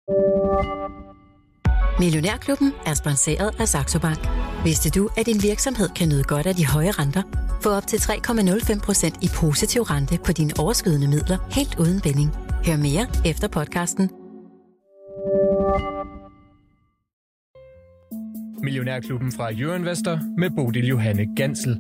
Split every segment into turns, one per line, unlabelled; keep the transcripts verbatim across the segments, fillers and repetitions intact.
Millionærklubben er sponsoreret af Saxo Bank. Vidste du, at din virksomhed kan nyde godt af de høje renter? Få op til tre komma nul fem procent i positiv rente på dine overskydende midler, helt uden binding. Hør mere efter podcasten.
Millionærklubben fra Euroinvestor med Bodil Johanne Gansel.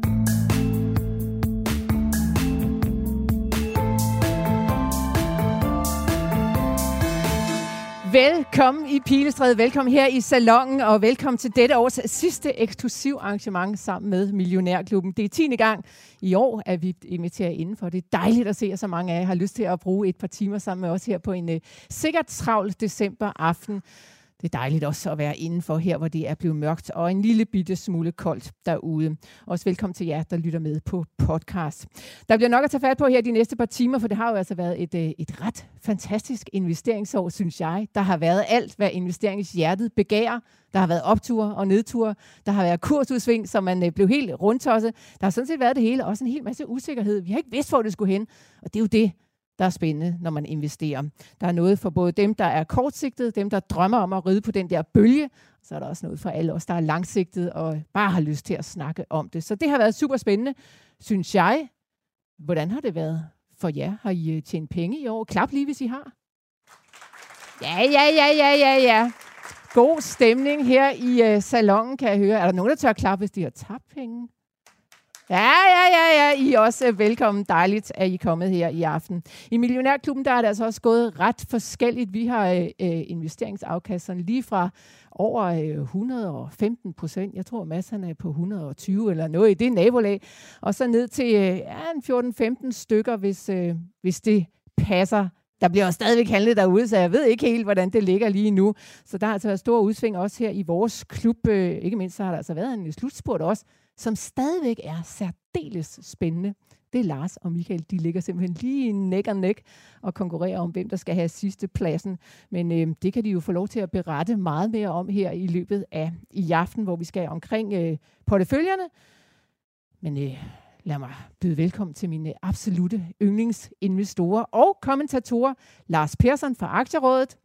Velkommen i Pilestræde, velkommen her i Salonen, og velkommen til dette års sidste eksklusiv arrangement sammen med Millionærklubben. Det er tiende gang i år, at vi inviterer indenfor. Det er dejligt at se, at så mange af jer har lyst til at bruge et par timer sammen med os her på en uh, sikkert travl decemberaften. Det er dejligt også at være indenfor her, hvor det er blevet mørkt og en lille bitte smule koldt derude. Også velkommen til jer, der lytter med på podcast. Der bliver nok at tage fat på her de næste par timer, for det har jo altså været et, et ret fantastisk investeringsår, synes jeg. Der har været alt, hvad investeringshjertet begærer. Der har været opture og nedture. Der har været kursudsving, så man blev helt rundtosset. Der har sådan set været det hele. Også en hel masse usikkerhed. Vi har ikke vidst, hvor det skulle hen. Og det er jo det, der er spændende, når man investerer. Der er noget for både dem, der er kortsigtede, dem, der drømmer om at ride på den der bølge. Så er der også noget for alle os, der er langsigtede og bare har lyst til at snakke om det. Så det har været super spændende, synes jeg. Hvordan har det været for jer? Har I tjent penge i år? Klap lige, hvis I har. Ja, ja, ja, ja, ja, ja. God stemning her i uh, salonen, kan jeg høre. Er der nogen, der tør klappe, hvis de har tabt penge? Ja, ja, ja, ja. I er også velkommen. Dejligt, at I er kommet her i aften. I Millionærklubben, der er det altså også gået ret forskelligt. Vi har øh, investeringsafkasterne lige fra over øh, et hundrede og femten procent. Jeg tror, masserne er på et hundrede og tyve eller noget i det nabolag. Og så ned til øh, ja, fjorten femten stykker, hvis, øh, hvis det passer. Der bliver jo stadigvæk handlet derude, så jeg ved ikke helt, hvordan det ligger lige nu. Så der har altså været store udsving også her i vores klub. Øh, ikke mindst så har der altså været en slutspurt også, som stadigvæk er særdeles spændende. Det er Lars og Michael, de ligger simpelthen lige næk og næk og konkurrerer om, hvem der skal have sidste pladsen. Men øh, det kan de jo få lov til at berette meget mere om her i løbet af i aften, hvor vi skal omkring øh, porteføljerne. Men øh, lad mig byde velkommen til mine absolute yndlingsinvestorer og kommentatorer. Lars Persson fra Aktierådet.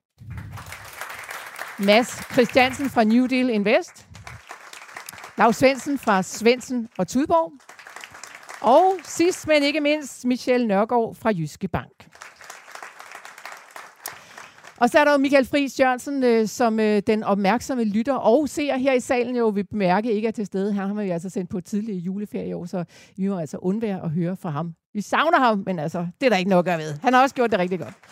Mads Christiansen fra New Deal Invest. Lav Svendsen fra Svendsen og Tudborg. Og sidst, men ikke mindst, Michelle Nørgaard fra Jyske Bank. Og så er der jo Michael Friis Jørgensen, øh, som øh, den opmærksomme lytter og seer her i salen jo vil bemærke ikke er til stede. Her har vi altså sendt på tidlig juleferie i år, så vi må altså undvære at høre fra ham. Vi savner ham, men altså, det er der ikke noget at gøre ved. Han har også gjort det rigtig godt.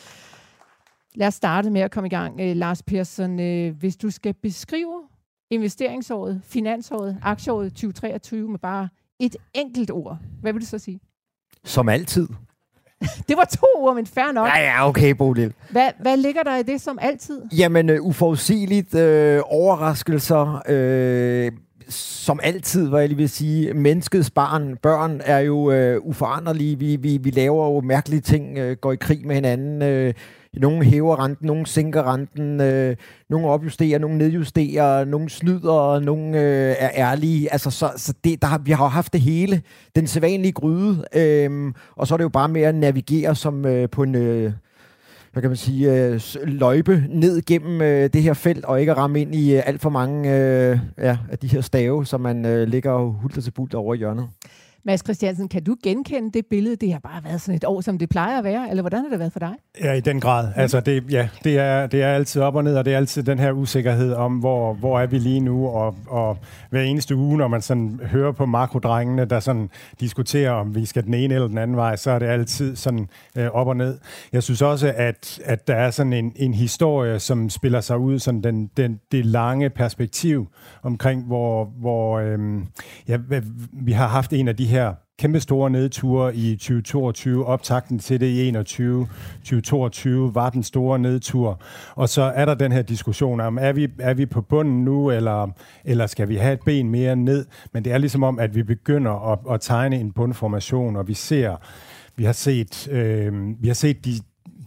Lad os starte med at komme i gang. Øh, Lars Persson, øh, hvis du skal beskrive investeringsåret, finansåret, aktieåret tyve treogtyve med bare et enkelt ord. Hvad vil du så sige?
Som altid.
Det var to ord, men fair nok.
Ja, ja, okay, Bodil.
Hvad, hvad ligger der i det som altid?
Jamen, uh, uforudsigeligt, uh, overraskelser, uh, som altid, hvad jeg lige vil sige. Menneskets barn, børn er jo uh, uforanderlige. Vi, vi, vi laver jo mærkelige ting, uh, går i krig med hinanden. Uh, Nogle hæver renten, nogle sænker renten, øh, nogle opjusterer, nogle nedjusterer, nogle snyder, nogle øh, er ærlige. Altså, så, så det, der, vi har jo haft det hele, den sædvanlige gryde, øh, og så er det jo bare med at navigere som øh, på en øh, hvad kan man sige, øh, løjpe ned gennem øh, det her felt, og ikke at ramme ind i øh, alt for mange øh, ja, af de her stave, som man øh, ligger og hulter til bulter over i hjørnet.
Mads Christiansen, kan du genkende det billede? Det har bare været sådan et år, som det plejer at være, eller hvordan har det været for dig?
Ja, i den grad. Altså det, ja, det, er, det er altid op og ned, og det er altid den her usikkerhed om, hvor, hvor er vi lige nu, og, og hver eneste uge, når man sådan hører på makrodrengene, der sådan diskuterer, om vi skal den ene eller den anden vej, så er det altid sådan øh, op og ned. Jeg synes også, at, at der er sådan en, en historie, som spiller sig ud, sådan den, den, det lange perspektiv omkring, hvor, hvor øh, ja, vi har haft en af de her kæmpe store nedture i tyve toogtyve, optakten til det i enogtyve, tyve toogtyve var den store nedtur. Og så er der den her diskussion om, er vi, er vi på bunden nu, eller, eller skal vi have et ben mere ned? Men det er ligesom om, at vi begynder at, at tegne en bundformation, og vi ser, vi har set, øh, vi har set de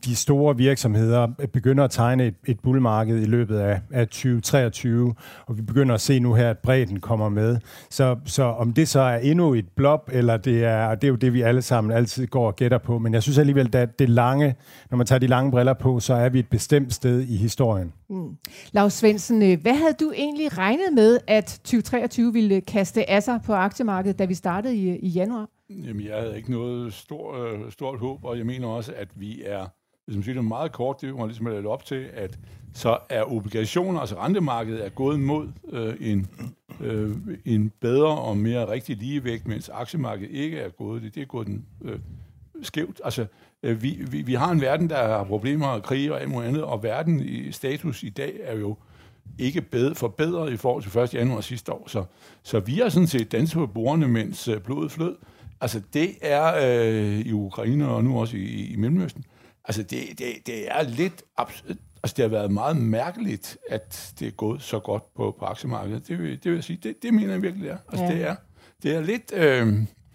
de store virksomheder begynder at tegne et, et bullmarked i løbet af, af tyve treogtyve, og vi begynder at se nu her, at bredden kommer med. Så, så om det så er endnu et blob, eller det er, det er jo det, vi alle sammen altid går og gætter på, men jeg synes alligevel, at det lange, når man tager de lange briller på, så er vi et bestemt sted i historien.
Mm. Lars Svendsen, hvad havde du egentlig regnet med, at tyve treogtyve ville kaste af sig på aktiemarkedet, da vi startede i, i januar?
Jamen, jeg havde ikke noget stor, øh, stort håb, og jeg mener også, at vi er, hvis man siger det meget kort, det var ligesom at lade op til, at så er obligationer, altså rentemarkedet, er gået mod øh, en, øh, en bedre og mere rigtig ligevægt, mens aktiemarkedet ikke er gået. Det, det er gået den øh, skævt. Altså, øh, vi, vi, vi har en verden, der har problemer og krig og alt muligt andet, og verden i status i dag er jo ikke bedre, forbedret i forhold til første januar sidste år. Så, så vi har sådan set danset på bordene, mens øh, blodet flød. Altså, det er øh, i Ukraine og nu også i, i Mellemøsten. Altså, det, det, det er lidt... Abs- altså, det har været meget mærkeligt, at det er gået så godt på, på aktiemarkedet. Det vil, det vil jeg sige. Det, det mener jeg virkelig, det er. Altså, ja. det er. Det er lidt... Øh,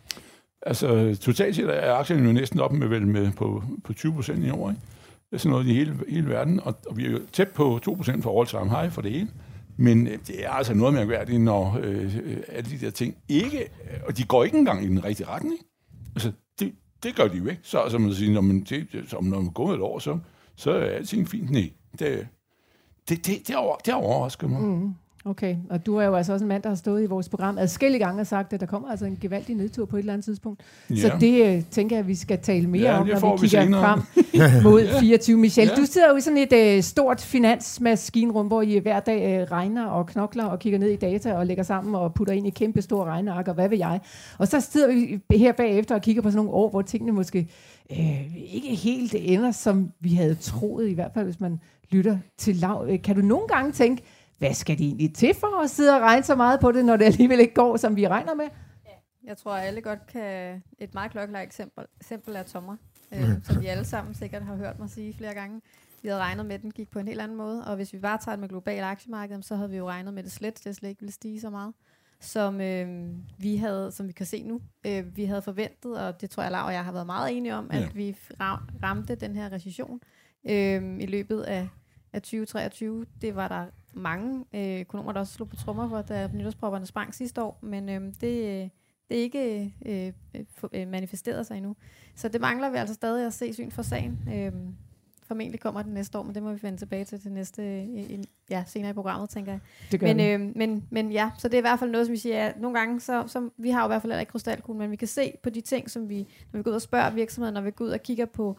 altså, totalt set er aktierne jo næsten op med, vel, med på, på tyve procent i år, ikke? Det er sådan noget i hele, hele verden, og, og vi er jo tæt på to procent for all time high for det hele. Men det er altså noget mærkværdigt, når øh, alle de der ting ikke... Og de går ikke engang i den rigtige retning. Altså, det, det gør de jo ikke. Så altså, man siger, når man, det, så, når man går et år, så, så er alting fint. Nej, det, det, det, det, over, det overrasker mig.
Mm. Okay, og du er jo altså også en mand, der har stået i vores program adskillige gange og sagt, at der kommer altså en gevaldig nedtur på et eller andet tidspunkt. Ja. Så det uh, tænker jeg, at vi skal tale mere ja, om, når vi kigger vi frem mod fireogtyve. Michel, ja. Du sidder jo i sådan et uh, stort finansmaskinrum, hvor I hver dag uh, regner og knokler og kigger ned i data og lægger sammen og putter ind i kæmpe store regneark, og hvad ved jeg. Og så sidder vi her bagefter og kigger på sådan nogle år, hvor tingene måske uh, ikke helt ender, som vi havde troet, i hvert fald hvis man lytter til lav. Kan du nogle gange tænke, hvad skal de egentlig til for at sidde og regne så meget på det, når det alligevel ikke går, som vi regner med?
Ja. Jeg tror, at alle godt kan... Et meget klokkeligt eksempel, eksempel er tommer, øh, som vi alle sammen sikkert har hørt mig sige flere gange. Vi havde regnet med, at den gik på en helt anden måde, og hvis vi bare tager det med global aktiemarked, så havde vi jo regnet med det slet, det slet ikke ville stige så meget, som øh, vi havde, som vi kan se nu. Øh, vi havde forventet, og det tror jeg, Laura og jeg har været meget enige om, ja. At vi ramte den her recession øh, i løbet af, af tyve treogtyve. Det var der mange øh, økonomer, der også slog på trommer for, da nytårspropperne sprang sidste år, men øh, det, det er ikke øh, øh, manifesteret sig endnu. Så det mangler vi altså stadig at se syn for sagen. Øh, formentlig kommer den næste år, men det må vi finde tilbage til til næste, øh, ja, senere i programmet, tænker jeg.
Det gør
men, øh, men, men ja, så det er i hvert fald noget, som vi siger, at nogle gange, så, så vi har jo i hvert fald ikke krystalkuglen, men vi kan se på de ting, som vi, når vi går ud og spørger virksomheder, når vi går ud og kigger på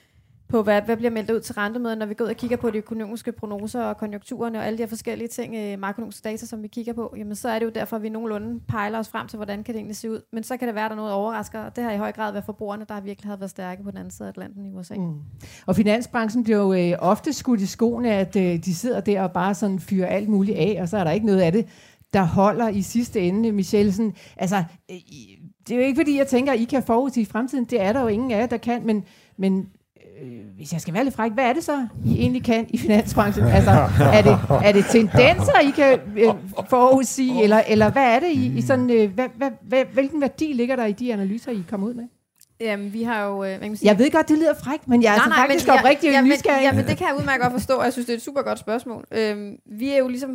på, hvad, hvad bliver meldt ud til rentemøder, når vi går ud og kigger på de økonomiske prognoser og konjunkturerne og alle de her forskellige ting, øh, makroøkonomiske data, som vi kigger på, jamen så er det jo derfor, at vi nogenlunde pejler os frem til, hvordan kan det egentlig se ud. Men så kan det være, der er noget overrasker, og det har i høj grad været forbrugerne, der virkelig har været stærke på den anden side af Atlanten i U S A. Mm.
Og finansbranchen bliver jo øh, ofte skudt i skoene, at øh, de sidder der og bare sådan fyrer alt muligt af, og så er der ikke noget af det, der holder i sidste ende, Michel. Sådan, altså, øh, det er jo ikke fordi, jeg tænker, at I kan forudsige fremtiden. Det er der jo ingen af jer, der kan, men, men hvis jeg skal være lidt fræk, hvad er det så, I egentlig kan i finansbranchen? Altså, er det, er det tendenser, I kan øh, forudsige, eller, eller hvad er det, I, I sådan, øh, hvad, hvad, hvad, hvilken værdi ligger der i de analyser, I kommer ud med?
Jamen, vi har jo... Øh, man kan sige,
jeg ved godt, det lyder frækt, men jeg er nej, altså nej, faktisk oprigtigt ja, nysgerrig.
Jamen, det kan jeg udmærket godt forstå, og jeg synes, det er et super godt spørgsmål. Øhm, vi er jo ligesom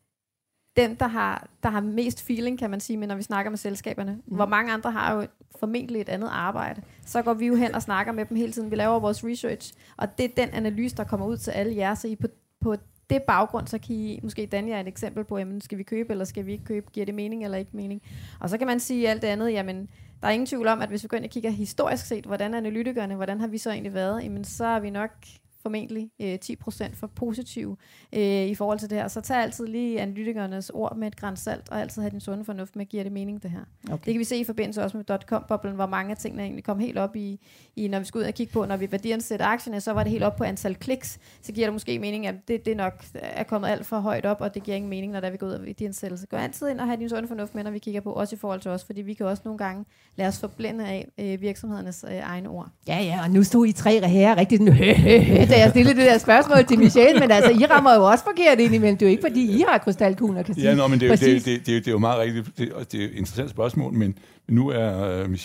den, der har, der har mest feeling, kan man sige, men når vi snakker med selskaberne. Mm. Hvor mange andre har jo formentlig et andet arbejde. Så går vi jo hen og snakker med dem hele tiden. Vi laver vores research, og det er den analyse, der kommer ud til alle jer. Så I på, på det baggrund, så kan I måske danne jer et eksempel på, jamen, skal vi købe, eller skal vi ikke købe? Giver det mening, eller ikke mening? Og så kan man sige alt det andet, jamen, der er ingen tvivl om, at hvis vi går ind og kigger historisk set, hvordan analytikerne, hvordan har vi så egentlig været, jamen, så er vi nok formentlig øh, ti procent for positiv øh, i forhold til det her. Så tag altid lige analytikernes ord med et gran salt, og altid have den sunde fornuft med, giver det mening det her. Okay. Det kan vi se i forbindelse også med dot-com-boblen, hvor mange af tingene egentlig kom helt op i, i, når vi skulle ud og kigge på, når vi værdiansætter aktierne, så var det helt op på antal kliks, så giver det måske mening, at det, det nok er kommet alt for højt op, og det giver ingen mening, når der vi går ud af værdiansættelse. Gå altid ind og have din sunde fornuft med, når vi kigger på, også i forhold til os, fordi vi kan også nogle gange lade os forblænde af øh, virksomhedernes øh, egne ord.
Ja, ja, og nu stod I tre her rigtig sådan, hø, hø, hø, da jeg stillede det der spørgsmål til Michel, men altså, I rammer jo også forkert ind imellem. Det er jo ikke, fordi I har krystalkuglen og kan sige.
Ja, nå, men det er, jo, det, det, det, det, det er jo meget rigtigt. Det, det er et interessant spørgsmål, men nu er uh, Michel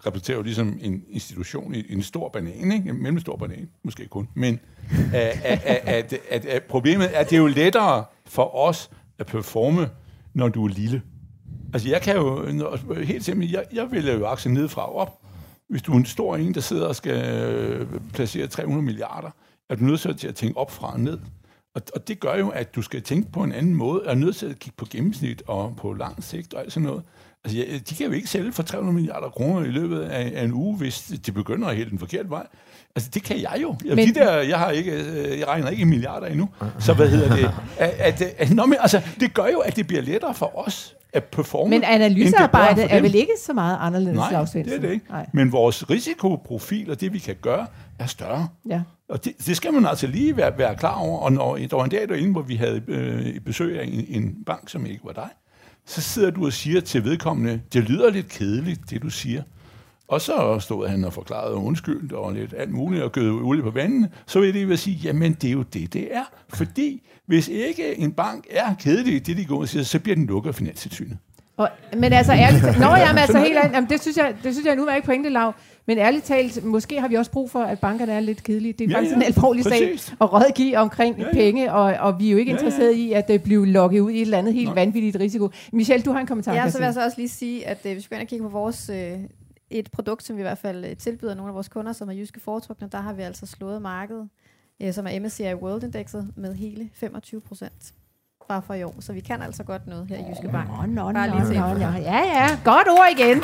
repræsenterer jo ligesom en institution, en stor banan, ikke? En mellemstor banan, måske kun. Men at, at, at, at, at problemet er, at det er jo lettere for os at performe, når du er lille. Altså jeg kan jo, helt simpelthen, jeg, jeg vælger jo aktien nedefra og op. Hvis du er en stor en, der sidder og skal placere tre hundrede milliarder, er du nødt til at tænke op fra og ned. Og, og det gør jo, at du skal tænke på en anden måde, og er nødt til at kigge på gennemsnit og på lang sigt og alt sådan noget. Altså, ja, de kan jo ikke sælge for tre hundrede milliarder kroner i løbet af, af en uge, hvis de begynder at hælde den forkerte vej. Altså, det kan jeg jo. Jeg, men, de der, jeg, har ikke, jeg regner ikke i milliarder endnu. Så hvad hedder det? At, at, at, nå, men, altså, det gør jo, at det bliver lettere for os at performe.
Men analysearbejdet er vel ikke så meget anderledes?
Nej, det er det ikke. Nej. Men vores risikoprofil og det, vi kan gøre, er større. Ja. Og det, det skal man altså lige være, være klar over. Og når der var en dag derinde, hvor vi havde øh, besøg af en, en bank, som ikke var dig, så sidder du og siger til vedkommende, det lyder lidt kedeligt, det du siger. Og så stod han og forklarede undskyld og lidt alt muligt og gød olie på vandene. Så vil det jo sige, jamen det er jo det, det er. Fordi hvis ikke en bank er kedelig, det de går og siger, så bliver den lukket af Finanstilsynet.
Og, men altså ærligt talt, nå jamen, altså helt jamen, det synes jeg, det synes jeg er en udmærket pointe, Lav. Men ærligt talt, måske har vi også brug for, at bankerne er lidt kedelige. Det er ja, faktisk ja, en alvorlig sag at rådgive omkring ja, ja. penge, og, og vi er jo ikke ja, interesseret ja. i, at det bliver lukket ud i et eller andet helt Nå. vanvittigt risiko. Michelle, du har en kommentar.
Ja, så vil jeg så også lige sige, at øh, hvis vi går ind og kigger på vores, øh, et produkt, som vi i hvert fald øh, tilbyder nogle af vores kunder, som er jyske foretrukne, der har vi altså slået markedet, øh, som er M S C I World Indexet, med hele femogtyve procent. Bare for i år, så vi kan altså godt noget her i Jyske Bank.
Nå, nå, nå, nå, ja, ja, godt ord igen.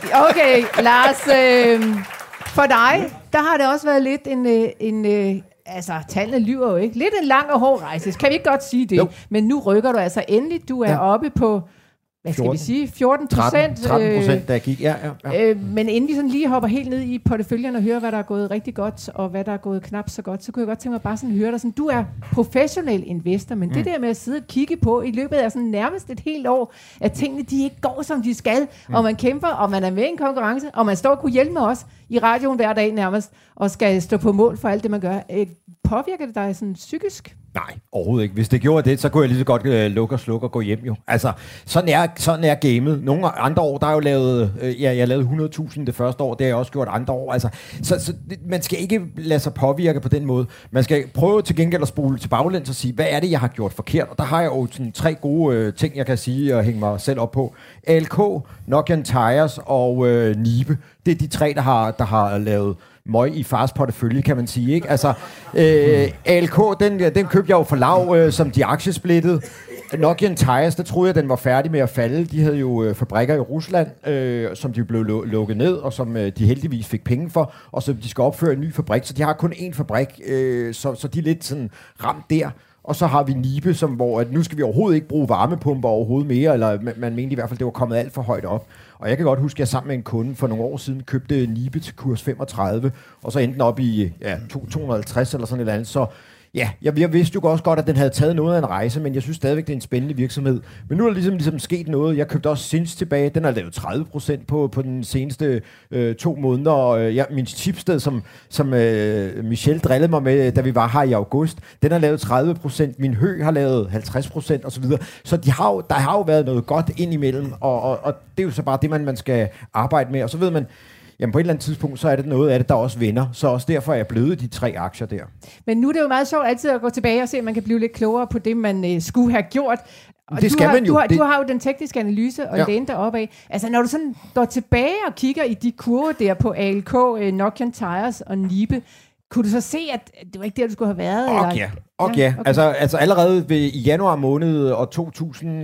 Okay, Lars, øh, for dig, der har det også været lidt en, en, en altså, tallene lyver jo ikke, lidt en lang og hård rejse, kan vi ikke godt sige det? Jo. Men nu rykker du altså endelig, du er ja. oppe på, hvad skal vi sige, fjorten procent.
tretten procent, der gik, ja, ja, ja.
Øh, men inden vi sådan lige hopper helt ned i porteføljen og hører, hvad der er gået rigtig godt, og hvad der er gået knap så godt, så kunne jeg godt tænke mig bare sådan høre dig sådan, du er professionel investor, men mm. det der med at sidde og kigge på i løbet af sådan nærmest et helt år, at tingene de ikke går, som de skal, mm. og man kæmper, og man er med i en konkurrence, og man står og kunne hjælpe med os i radioen hver dag nærmest, og skal stå på mål for alt det, man gør. Øh, påvirker det dig sådan psykisk?
Nej, overhovedet ikke. Hvis det gjorde det, så kunne jeg lige så godt uh, lukke og slukke og gå hjem jo. Altså, sådan er, sådan er gamet. Nogle andre år, der har jeg jo lavet, uh, ja, jeg lavede hundrede tusind det første år, det har jeg også gjort andre år. Altså, så, så det, man skal ikke lade sig påvirke på den måde. Man skal prøve til gengæld at spole til baglæns og sige, hvad er det, jeg har gjort forkert? Og der har jeg jo sådan tre gode uh, ting, jeg kan sige og hænge mig selv op på. A L K, Nokian Tyres og uh, Nibe. Det er de tre, der har, der har lavet møg i fars portefølje, kan man sige, ikke? Altså, øh, A L K, den, den købte jeg jo for lav, øh, som de aktiesplittede. Nokian Tyres, der troede jeg, den var færdig med at falde. De havde jo øh, fabrikker i Rusland, øh, som de blev lu- lukket ned, og som øh, de heldigvis fik penge for, og så de skal opføre en ny fabrik. Så de har kun én fabrik, øh, så, så de er lidt sådan ramt der. Og så har vi Nibe, som, hvor at nu skal vi overhovedet ikke bruge varmepumper overhovedet mere, eller man, man mente i hvert fald, det var kommet alt for højt op. Og jeg kan godt huske, at jeg sammen med en kunde for nogle år siden købte Nibe til kurs femogtredive, og så endte den op i ja, to hundrede og halvtreds eller sådan et eller andet. Så ja, jeg, jeg vidste jo også godt, at den havde taget noget af en rejse, men jeg synes stadigvæk, det er en spændende virksomhed. Men nu er der ligesom, ligesom sket noget. Jeg købte også Sins tilbage. Den har lavet tredive procent på, på den seneste øh, to måneder. Og ja, min chipsted, som, som øh, Michelle drillede mig med, da vi var her i august, den har lavet tredive procent. Min Hø har lavet halvtreds procent osv. Så, så de har jo, der har jo været noget godt ind imellem, og, og, og det er jo så bare det, man, man skal arbejde med. Og så ved man, jamen på et eller andet tidspunkt, så er det noget af det, der også vender. Så også derfor er jeg blevet de tre aktier der.
Men nu er det jo meget sjovt altid at gå tilbage og se, om man kan blive lidt klogere på det, man øh, skulle have gjort. Og
det skal
har,
man jo.
Du har,
det...
du har jo den tekniske analyse og ja. læne deroppe af. Altså når du sådan går tilbage og kigger i de kurver der på A L K, øh, Nokian Tyres og Nibe, kunne du så se, at det var ikke der, du skulle have været?
Okay.
Eller?
Okay, ja, okay. Altså, altså allerede ved, i januar måned og to tusind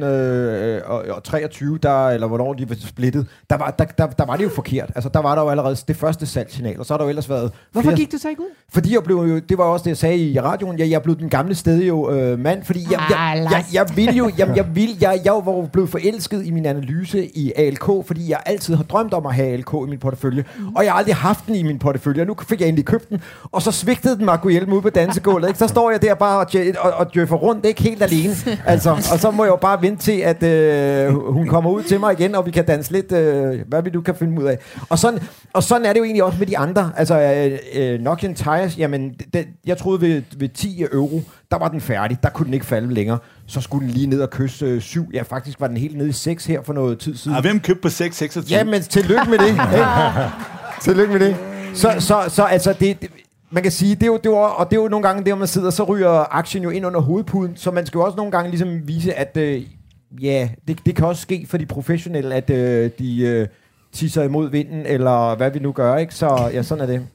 treogtyve, der, eller hvornår de var splittet, der var, der, der, der var det jo forkert. Altså, der var der jo allerede det første salgssignal, og så har der jo ellers været...
Hvorfor
flere...
gik du så ikke ud?
Fordi jeg blev jo, det var også det, jeg sagde i radioen, jeg, jeg blev den gamle stedig jo øh, mand, fordi jeg, jeg, jeg, jeg, jeg ville jo, jeg, jeg, ville, jeg, jeg var blevet forelsket i min analyse i A L K, fordi jeg altid har drømt om at have A L K i min portefølje, mm. og jeg har aldrig haft den i min portefølje, og nu fik jeg endelig købt den, og så svigtede den mig at gå hjælpe ud på dansegulvet, ikke? Så står jeg der bare og, og, og djøffer rundt, ikke helt alene. Altså, og så må jeg jo bare vente til, at øh, hun kommer ud til mig igen, og vi kan danse lidt, øh, hvad vi nu kan finde ud af. Og sådan, og sådan er det jo egentlig også med de andre. Altså, øh, øh, Nokian Tyres, jamen, det, jeg troede ved, ved ti euro, der var den færdig. Der kunne den ikke falde længere. Så skulle den lige ned og kysse øh, syv. Ja, faktisk var den helt nede i seks her for noget tid siden.
Ah, hvem købte på seks, seksogtyve?
Jamen, tillykke med det. Tillykke med det. Så, så, så altså, det, det, man kan sige, det er jo, det er, og det er jo nogle gange, der man sidder, så ryger aktien jo ind under hovedpuden, så man skal jo også nogle gange ligesom vise, at øh, ja, det, det kan også ske for de professionelle, at øh, de øh, tisser imod vinden, eller hvad vi nu gør, ikke? Så ja, sådan er det.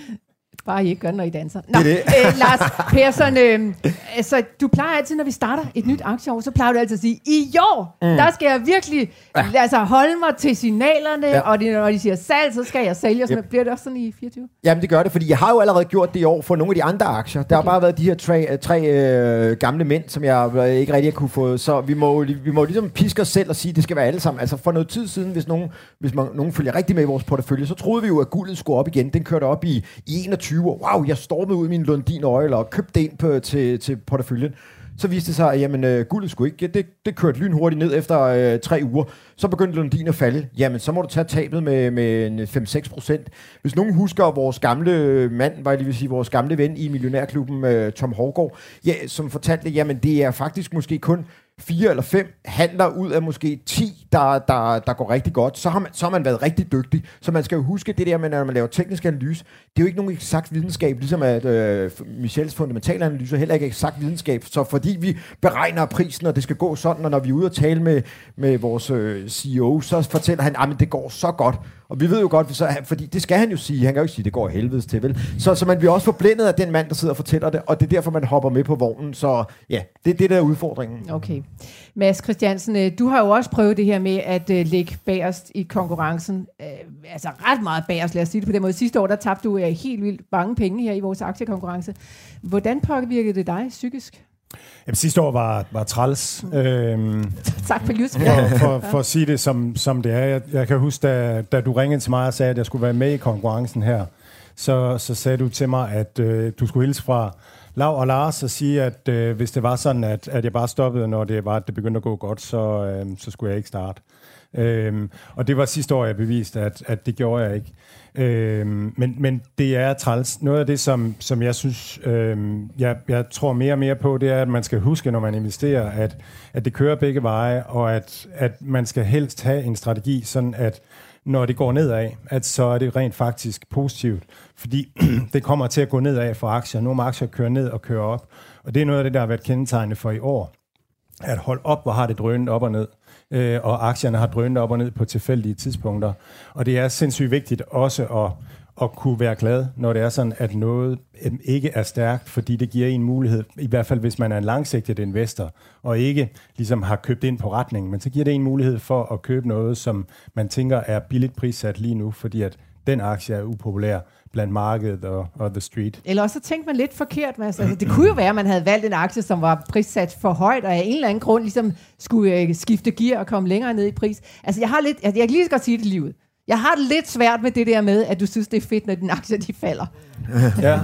Bare I ikke gør, når I danser. Nå,
det er det.
Øh, Lars Persson, øh, altså, du plejer altid, når vi starter et nyt aktieår, så plejer du altid at sige, i år, mm. der skal jeg virkelig ja. altså, holde mig til signalerne, ja. og de, når de siger salg, så skal jeg sælge. Yep. Bliver det også sådan i fireogtyve?
Jamen, det gør det, fordi jeg har jo allerede gjort det i år for nogle af de andre aktier. Der okay. har bare været de her tre, tre øh, gamle mænd, som jeg øh, ikke rigtig har kunne få. Så vi må, vi må ligesom piske os selv og sige, at det skal være alle sammen. Altså for noget tid siden, hvis nogen, hvis man, nogen følger rigtig med i vores portefølje, så troede vi jo, at guldet skulle op igen. Den kørte op i, i enogtyve. Wow, jeg stormede ud i min Lundin Oil og købte en på, til, til porteføljen. Så viste det sig, at jamen, øh, guldet skulle ikke. Det, det kørte lynhurtigt ned efter øh, tre uger. Så begyndte Lundin at falde. Jamen, så må du tage tabet med, med fem til seks procent. Hvis nogen husker vores gamle mand, var jeg lige vil sige, vores gamle ven i Millionærklubben, øh, Tom Hovgaard, ja, som fortalte, jamen det er faktisk måske kun fire eller fem handler ud af måske ti, der, der, der går rigtig godt, så har, man, så har man været rigtig dygtig. Så man skal jo huske det der med, når man laver teknisk analyse, det er jo ikke nogen eksakt videnskab, ligesom at øh, Michels fundamentale analyse heller ikke eksakt videnskab. Så fordi vi beregner prisen, og det skal gå sådan, og når vi er ude og tale med, med vores øh, C E O, så fortæller han, at det går så godt. Og vi ved jo godt, så, fordi det skal han jo sige. Han kan jo ikke sige, at det går helvedes til, vel? Så, så man bliver også forblændet af den mand, der sidder og fortæller det, og det er derfor, man hopper med på vognen. Så ja, det er det, der er udfordringen.
Okay. Mads Christiansen, du har jo også prøvet det her med at uh, ligge bagerst i konkurrencen. Uh, altså ret meget bagerst, lad os sige det på den måde. Sidste år, der tabte du uh, helt vildt mange penge her i vores aktiekonkurrence. Hvordan påvirkede det dig psykisk?
Jamen, sidste år var, var træls. Øhm,
tak for just
for, for, for at sige det, som, som det er. Jeg, jeg kan huske, da, da du ringede til mig og sagde, at jeg skulle være med i konkurrencen her, så, så sagde du til mig, at øh, du skulle hilse fra Lav og Lars og sige, at øh, hvis det var sådan, at, at jeg bare stoppede, når det var, at det begyndte at gå godt, så, øh, så skulle jeg ikke starte. Øhm, og det var sidste år, jeg beviste, at, at det gjorde jeg ikke. Øhm, men, men det er træls. Noget af det, som, som jeg synes, øhm, jeg, jeg tror mere og mere på, det er, at man skal huske, når man investerer, at, at det kører begge veje, og at, at man skal helst have en strategi, sådan at når det går nedad, at så er det rent faktisk positivt. Fordi det kommer til at gå nedad for aktier. Nogle aktier kører ned og kører op. Og det er noget af det, der har været kendetegnende for i år. At holde op, hvor har det drønet op og ned. Øh, og aktierne har drønet op og ned på tilfældige tidspunkter. Og det er sindssygt vigtigt også at, at kunne være glad, når det er sådan, at noget ikke er stærkt, fordi det giver en mulighed, i hvert fald hvis man er en langsigtet investor, og ikke ligesom har købt ind på retningen, men så giver det en mulighed for at købe noget, som man tænker er billigt prissat lige nu, fordi at den aktie er upopulær blandt markedet og, og the street.
Eller også så tænkte man lidt forkert. Mads. Altså, det kunne jo være, at man havde valgt en aktie, som var prissat for højt, og af en eller anden grund ligesom skulle øh, skifte gear og komme længere ned i pris. Altså, jeg har lidt, altså, jeg kan lige så godt sige det livet. Jeg har det lidt svært med det der med, at du synes, det er fedt, når dine aktier de falder.
Ja.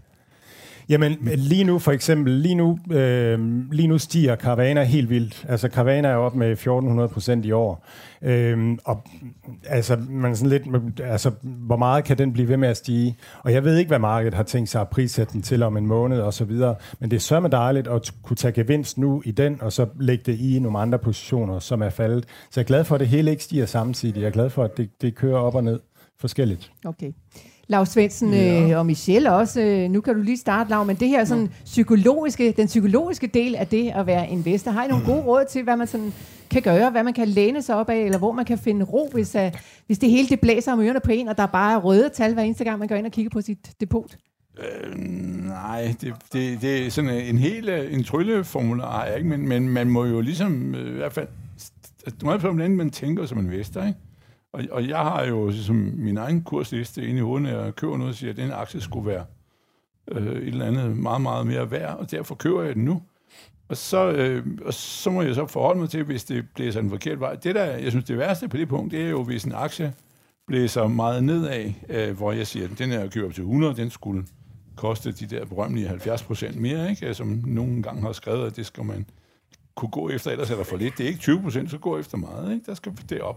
Jamen, lige nu for eksempel, lige nu, øh, lige nu stiger Carvana helt vildt. Altså, Carvana er op med fjorten hundrede procent i år. Øh, og altså, man er sådan lidt, altså, hvor meget kan den blive ved med at stige? Og jeg ved ikke, hvad markedet har tænkt sig at prissætte den til om en måned og så videre. Men det er sørme dejligt at kunne tage gevinst nu i den, og så lægge det i nogle andre positioner, som er faldet. Så jeg er glad for, at det hele ikke stiger samtidig. Jeg er glad for, at det, det kører op og ned forskelligt.
Okay. Lav Svendsen ja. øh, og Michelle også. Øh, nu kan du lige starte, Lav, men det her sådan psykologiske, den psykologiske del af det at være investor. Har I nogle gode råd til, hvad man sådan kan gøre, hvad man kan læne sig op af, eller hvor man kan finde ro, hvis, uh, hvis det hele det blæser om ørerne på en, og der bare er røde tal hver eneste gang, man går ind og kigger på sit depot?
Øh, nej, det, det, det er sådan en hel en trylleformular, ikke? Men, men man må jo ligesom, i hvert fald, du må have hvordan man tænker som investor, ikke? Og, og jeg har jo som min egen kursliste inde i hovedet, når jeg køber noget og siger, at den aktie skulle være øh, et eller andet meget, meget mere værd, og derfor køber jeg den nu. Og så, øh, og så må jeg så forholde mig til, hvis det blæser en forkert vej. Det der, jeg synes, det værste på det punkt, det er jo, hvis en aktie blæser meget nedad, øh, hvor jeg siger, at den her køber op til hundrede, den skulle koste de der berømmelige halvfjerds procent mere, ikke? Som nogle gange har skrevet, at det skal man kunne gå efter, ellers er der for lidt. Det er ikke tyve procent, så gå efter meget, ikke? Der skal det op.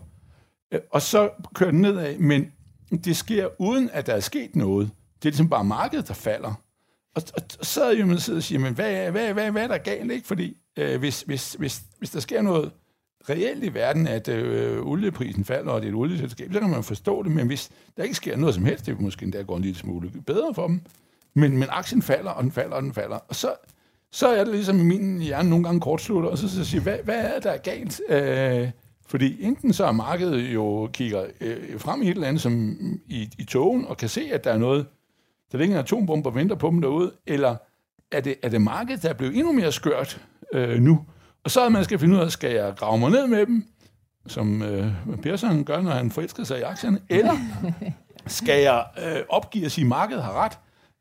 Og så kører den nedad, men det sker uden, at der er sket noget. Det er ligesom bare markedet, der falder. Og, og så er jo man sidder og siger, men hvad, hvad, hvad, hvad er der galt, ikke? Fordi øh, hvis, hvis, hvis, hvis der sker noget reelt i verden, at øh, olieprisen falder, og det er et olieselskab, så kan man forstå det, men hvis der ikke sker noget som helst, det er måske endda går en lille smule bedre for dem, men, men aktien falder, og den falder, og den falder, og så, så er det ligesom i min hjerne nogle gange kortslutter, og så, så siger hvad, hvad er der galt? Øh, fordi enten så er markedet jo kigger øh, frem i et eller andet som i, i togen, og kan se, at der er noget, der ligger en atombombe og venter på dem derude, eller er det, er det markedet, der er blevet endnu mere skørt øh, nu? Og så er man skal finde ud af, skal jeg grave mig ned med dem, som øh, Persson gør, når han forelsker sig i aktierne, eller skal jeg øh, opgive at sige, at markedet har ret?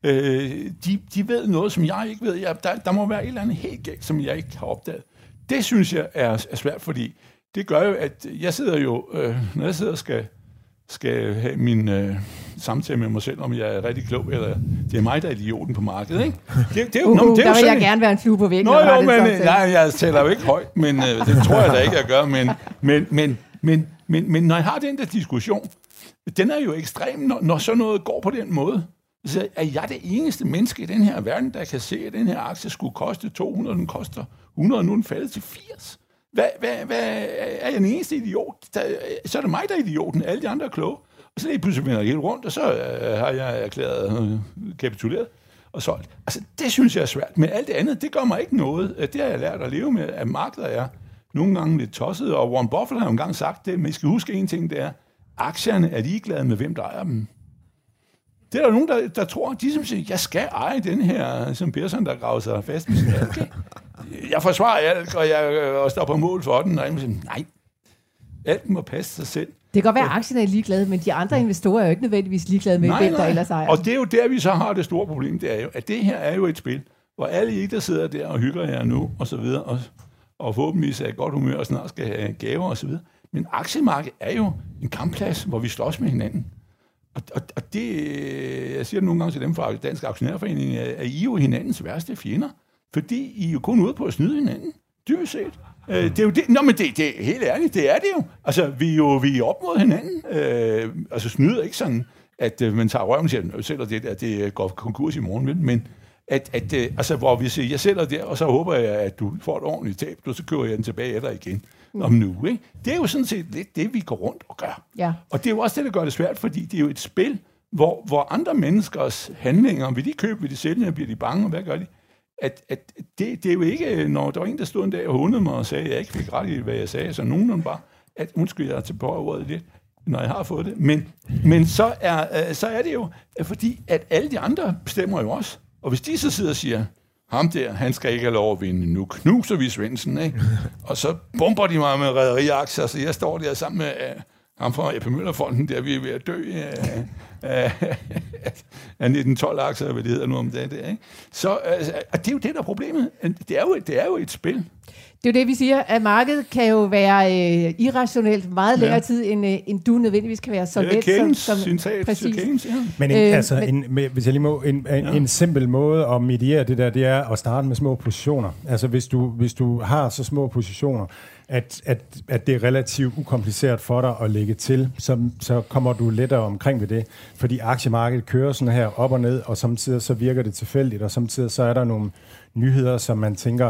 Øh, de, de ved noget, som jeg ikke ved. Jeg, der, der må være et eller andet helt galt, som jeg ikke har opdaget. Det synes jeg er, er svært, fordi det gør jo, at jeg sidder jo, øh, når jeg sidder og skal, skal have min øh, samtale med mig selv, om jeg er rigtig klog, eller det er mig, der er idioten på markedet, ikke? Det, det er jo,
uh,
nå, det er
der
jo
vil jeg
en...
gerne være en flue på væggen.
Nå jo, men nej, jeg taler jo ikke højt, men øh, det tror jeg da ikke, jeg gør, men, men, men, men, men, men når jeg har den der diskussion, den er jo ekstrem, når, når sådan noget går på den måde. Så er jeg det eneste menneske i den her verden, der kan se, at den her aktie skulle koste to hundrede, den koster hundrede, og nu er den faldet til firs. Hvad, hvad, hvad er jeg den eneste idiot? Der, så er det mig, der er idioten. Alle de andre er kloge. Og så lige pludselig vender jeg helt rundt, og så øh, har jeg erklæret øh, kapituleret og solgt. Altså, det synes jeg er svært. Men alt det andet, det gør mig ikke noget. Det har jeg lært at leve med, at markedet er nogle gange lidt tosset. Og Warren Buffett har jo engang sagt det, men I skal huske en ting, det er, aktierne er ligeglade med, hvem der ejer dem. Det er der nogen, der, der tror, de som siger, jeg skal eje den her, som Persson, der graver sig fast med sin okay. Jeg forsvarer alt, og jeg og står på mål for den, og jeg siger, nej, alt må passe sig selv.
Det kan godt være, at aktierne er ligeglade, men de andre investorer er jo ikke nødvendigvis ligeglade med, nej, hvem der nej. ellers ejer.
Og det er jo der, vi så har det store problem, det er jo, at det her er jo et spil, hvor alle I, der sidder der og hygger her nu, og så videre, og, og forhåbentlig er godt humør, og snart skal have gaver, og så videre. Men aktiemarkedet er jo en kampplads, hvor vi slås med hinanden. Og, og, og det, jeg siger det nogle gange til dem fra Dansk Aktionærforening, er I jo hinandens værste fjender, fordi I er jo kun ude på at snyde hinanden, dybest set. Øh, det er jo det. Nå, men det, det er helt ærligt, det er det jo. Altså, vi er jo vi er op mod hinanden. Øh, altså, snyder ikke sådan, at øh, man tager røven og siger, at sælger det der, det går konkurs i morgen, men at, at øh, altså, hvor vi siger, jeg sælger det, og så håber jeg, at du får et ordentligt tab, og så køber jeg den tilbage efter igen. Om nu, ikke? Det er jo sådan set lidt det, vi går rundt og gør. Ja. Og det er jo også det, der gør det svært, fordi det er jo et spil, hvor, hvor andre menneskers handlinger, vil de købe, vil de sælge, bliver de bange, og hvad gør de? At, at det, det er jo ikke, når der var en, der stod en dag og hundede mig og sagde, at jeg ikke fik ret i, hvad jeg sagde, så nogen bare, at undskyld, jeg er til på ordet lidt, når jeg har fået det. Men, men så, er, så er det jo, fordi at alle de andre bestemmer jo også. Og hvis de så sidder og siger, ham der, han skal ikke have lov at vinde. Nu knuser vi Svendsen, ikke? Og så bomber de mig med rederiaktier, så jeg står der sammen med uh, ham fra A P Møller-fonden, der vi er ved at dø af uh, uh, uh, nitten tolv-aktier, hvad det hedder nu om dagen der, ikke? Så uh, det er jo det, der er problemet. Det er jo, det er jo et spil.
Det er jo det, vi siger, at markedet kan jo være øh, irrationelt meget længere ja. tid, end, øh, end du nødvendigvis kan være så let.
Keynes,
som, som
syntat,
præcis.
Keynes, ja.
Men, en, øh, altså, men en, hvis jeg lige må, en, en, ja. en simpel måde at mediere det der, det er at starte med små positioner. Altså hvis du, hvis du har så små positioner, at, at, at det er relativt ukompliceret for dig at lægge til, så, så kommer du lettere omkring ved det. Fordi aktiemarkedet kører sådan her op og ned, og samtidig så virker det tilfældigt, og samtidig så er der nogle nyheder, som man tænker,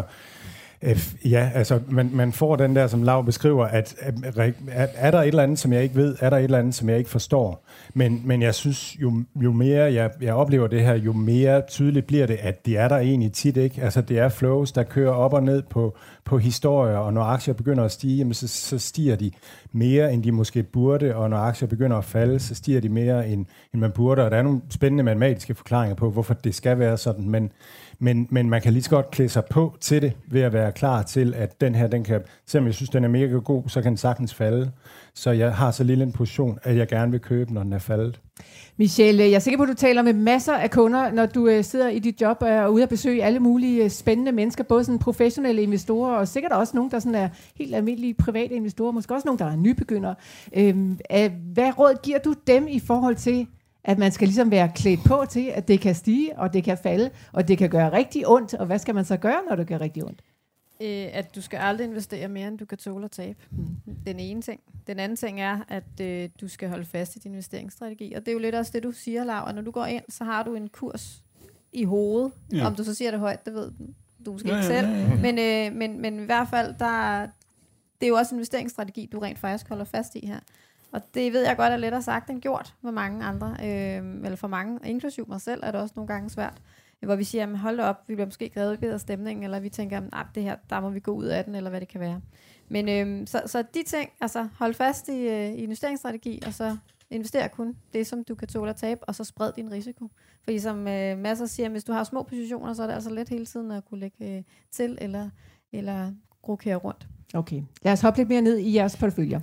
ja, altså man, man får den der, som Lav beskriver, at, at, at er der et eller andet, som jeg ikke ved, er der et eller andet, som jeg ikke forstår. Men, men jeg synes, jo, jo mere jeg, jeg oplever det her, jo mere tydeligt bliver det, at det er der egentlig tit ikke. Altså det er flows, der kører op og ned på, på historier, og når aktier begynder at stige, jamen, så, så stiger de mere, end de måske burde, og når aktier begynder at falde, så stiger de mere, end, end man burde. Og der er nogle spændende matematiske forklaringer på, hvorfor det skal være sådan, men Men, men man kan lige så godt klæde sig på til det, ved at være klar til, at den her, den kan, selvom jeg synes, den er mega god, så kan den sagtens falde. Så jeg har så lille en position, at jeg gerne vil købe, når den er faldet.
Michelle, jeg er sikker på, at du taler med masser af kunder, når du uh, sidder i dit job og er ude at besøge alle mulige uh, spændende mennesker, både sådan professionelle investorer, og sikkert også nogle, der sådan er helt almindelige private investorer, måske også nogle, der er nybegyndere. Øhm, uh, hvad råd giver du dem i forhold til at man skal ligesom være klædt på til, at det kan stige, og det kan falde, og det kan gøre rigtig ondt. Og hvad skal man så gøre, når det gør rigtig ondt?
Øh, at du skal aldrig investere mere, end du kan tåle at tabe. Mm. Den ene ting. Den anden ting er, at øh, du skal holde fast i din investeringsstrategi. Og det er jo lidt også det, du siger, Laura. Når du går ind, så har du en kurs i hovedet. Ja. Om du så siger det højt, det ved du måske ja, ikke selv. Ja, ja, ja. Men, øh, men, men i hvert fald, der, det er jo også en investeringsstrategi, du rent faktisk holder fast i her. Og det ved jeg godt er lettere sagt end gjort med mange andre. Øh, eller for mange, inklusiv mig selv, er det også nogle gange svært. Hvor vi siger, jamen hold op, vi bliver måske grebet af stemningen, eller vi tænker, at det her, der må vi gå ud af den, eller hvad det kan være. Men øh, så, så de ting, altså hold fast i, øh, i investeringsstrategi, og så investere kun det, som du kan tåle at tabe, og så spred din risiko. Fordi som øh, masser siger, hvis du har små positioner, så er det altså let hele tiden at kunne lægge øh, til, eller, eller rokere rundt.
Okay, lad os hoppe lidt mere ned i jeres porteføljer.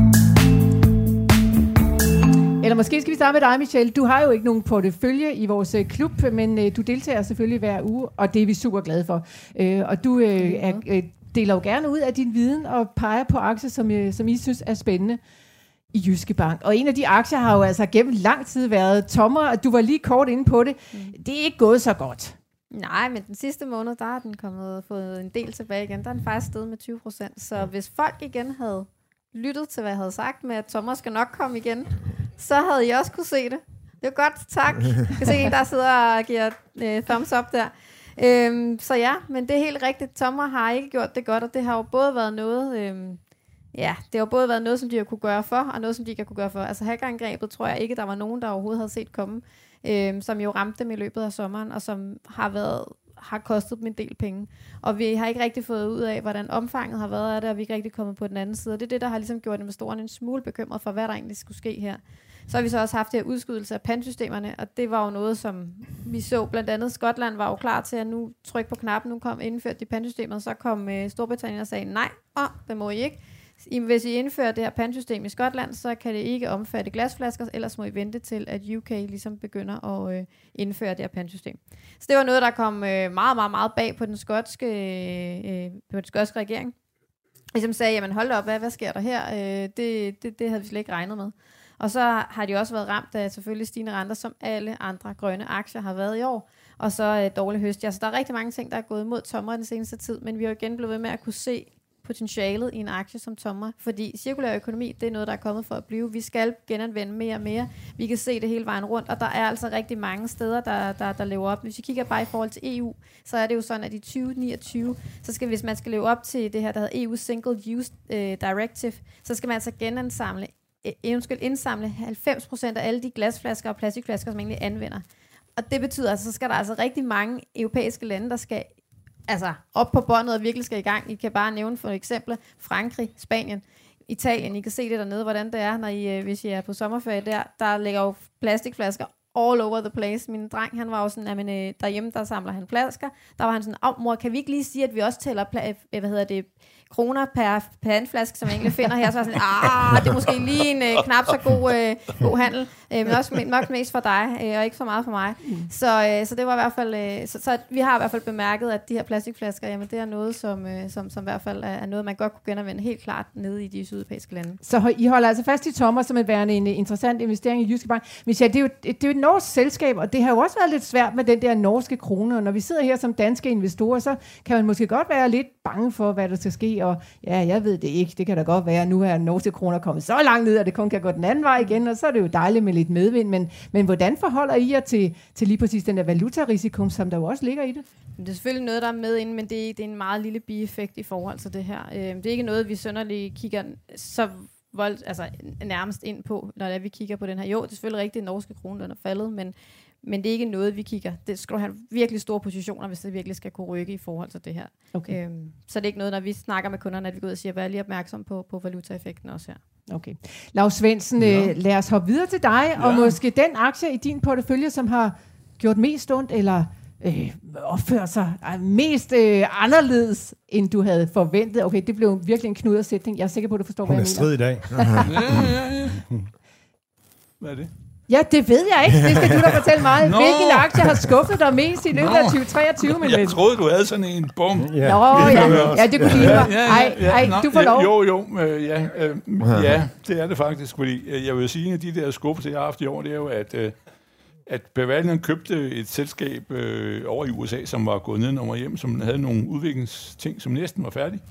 Eller måske skal vi starte med dig, Michelle. Du har jo ikke nogen portefølje i vores øh, klub, men øh, du deltager selvfølgelig hver uge, og det er vi super glade for. Øh, og du øh, er, øh, deler jo gerne ud af din viden og peger på aktier, som, øh, som I synes er spændende i Jyske Bank. Og en af de aktier har jo altså gennem lang tid været tommer, og du var lige kort inde på det. Mm. Det er ikke gået så godt.
Nej, men den sidste måned, der har den kommet, fået en del tilbage igen. Der er den faktisk steget med tyve procent. Så hvis folk igen havde lyttet til, hvad jeg havde sagt med, at tommer skal nok komme igen, så havde I også kunne se det. Det er godt, tak. Jeg kan se en, der sidder og giver øh, thumbs up der. Øhm, så ja, men det er helt rigtigt. Tommer har ikke gjort det godt, og det har jo både været noget, øhm, ja, det har både været noget, som de har kunne gøre for, og noget, som de ikke har kunne gøre for. Altså hackerangrebet tror jeg ikke, der var nogen, der overhovedet havde set komme, øhm, som jo ramte dem i løbet af sommeren, og som har været har kostet dem en del penge. Og vi har ikke rigtig fået ud af, hvordan omfanget har været af det, og vi er ikke rigtig kommet på den anden side. Og det er det, der har ligesom gjort investorerne en smule bekymret for, hvad der egentlig skulle ske her. Så har vi så også haft det her udskydelse af pantsystemerne, og det var jo noget, som vi så blandt andet. Skotland var jo klar til at nu trykke på knappen, nu kom indført de pantsystemer, så kom øh, Storbritannien og sagde, nej, åh, det må I ikke. I, hvis I indfører det her pantsystem i Skotland, så kan det ikke omfatte glasflasker, ellers må I vente til, at U K ligesom begynder at øh, indføre det her pantsystem. Så det var noget, der kom øh, meget, meget, meget bag på den skotske, øh, på den skotske regering. Ligesom sagde, jamen hold op, hvad, hvad sker der her? Øh, det, det, det havde vi slet ikke regnet med. Og så har de også været ramt af selvfølgelig stigende renter, som alle andre grønne aktier har været i år. Og så øh, dårlig høst. Ja, så der er rigtig mange ting, der er gået imod tommer den seneste tid, men vi har jo igen blevet ved med at kunne se potentialet i en aktie som tommer, fordi cirkulær økonomi, det er noget, der er kommet for at blive. Vi skal genanvende mere og mere. Vi kan se det hele vejen rundt, og der er altså rigtig mange steder, der, der, der lever op. Hvis vi kigger bare i forhold til E U, så er det jo sådan, at i tyve niogtyve, så skal, hvis man skal leve op til det her, der hedder E U Single Use uh, Directive, så skal man altså genansamle, uh, indsamle halvfems procent af alle de glasflasker og plastikflasker, som man egentlig anvender. Og det betyder, altså, så skal der altså rigtig mange europæiske lande, der skal altså op på båndet og virkelig skal i gang. I kan bare nævne for eksempel Frankrig, Spanien, Italien. I kan se det dernede, hvordan det er, når I, hvis I er på sommerferie der. Der ligger jo plastikflasker all over the place. Min dreng, han var jo sådan, jamen, øh, derhjemme, der samler han flasker. Der var han sådan, åh, oh, mor, kan vi ikke lige sige, at vi også tæller pla- hvad hedder det, kroner per pandflaske, som jeg egentlig finder her, så var sådan, ah, det er måske lige en øh, knap så god, øh, god handel, øh, men også nok mest for dig, øh, og ikke så meget for mig. Mm. Så, øh, så det var i hvert fald, øh, så, så vi har i hvert fald bemærket, at de her plastikflasker, jamen det er noget, som, øh, som, som i hvert fald er, er noget, man godt kunne genanvende helt klart nede i de sydeuropæiske lande. Så I holder altså fast i tommer som et værende en interessant investering i Jyske Bank. Michelle, det er jo, det er jo et norsk selskab, og det har jo også været lidt svært med den der norske krone, og når vi sidder her som danske investorer, så kan man måske godt være lidt bange for, hvad der skal ske, og ja, jeg ved det ikke, det kan da godt være, nu er norske kroner kommet så langt ned, at det kun kan gå den anden vej igen, og så er det jo dejligt med lidt medvind, men, men hvordan forholder I jer til, til lige præcis den der valutarisiko, som der jo også ligger i det? Det er selvfølgelig noget, der er med inde, men det er, det er en meget lille bieffekt i forhold til det her. Det er ikke noget, vi sønderligt kigger så vold, altså nærmest ind på, når det er, vi kigger på den her. Jo, det er selvfølgelig rigtigt, at norske krone den er faldet, men Men det er ikke noget, vi kigger. Det skal du have virkelig store positioner, hvis det virkelig skal kunne rykke i forhold til det her. Okay. Øhm, så det er ikke noget, når vi snakker med kunderne, at vi går ud og siger, vær lige opmærksom på, på valutaeffekten også her. Okay. Laus Svendsen, ja. øh, lad os hoppe videre til dig, ja. Og måske den aktie i din portefølje, som har gjort mest ondt, eller øh, opført sig mest øh, anderledes, end du havde forventet. Okay, det blev virkelig en knudersætning. Jeg er sikker på, at du forstår,
Hun
hvad jeg mener.
Hun er strid i dag.
ja, ja, ja. Hvad er det?
Ja, det ved jeg ikke. Det skal du da fortælle mig. No. Hvilken aktie har skuffet dig mest i løbet no. af tyve treogtyve? Men
jeg troede, du havde sådan en bum.
Ja. Nå, ja. Ja, det kunne lide mig. Ej, ej, du får lov.
Jo, jo. Øh, ja, øh, ja, det er det faktisk. Fordi jeg vil sige, at de der skuffelser, jeg har haft i år, det er jo, at øh, at Bavarian købte et selskab øh, over i U S A, som var gået ned og hjem, som havde nogle udviklingsting, som næsten var færdige.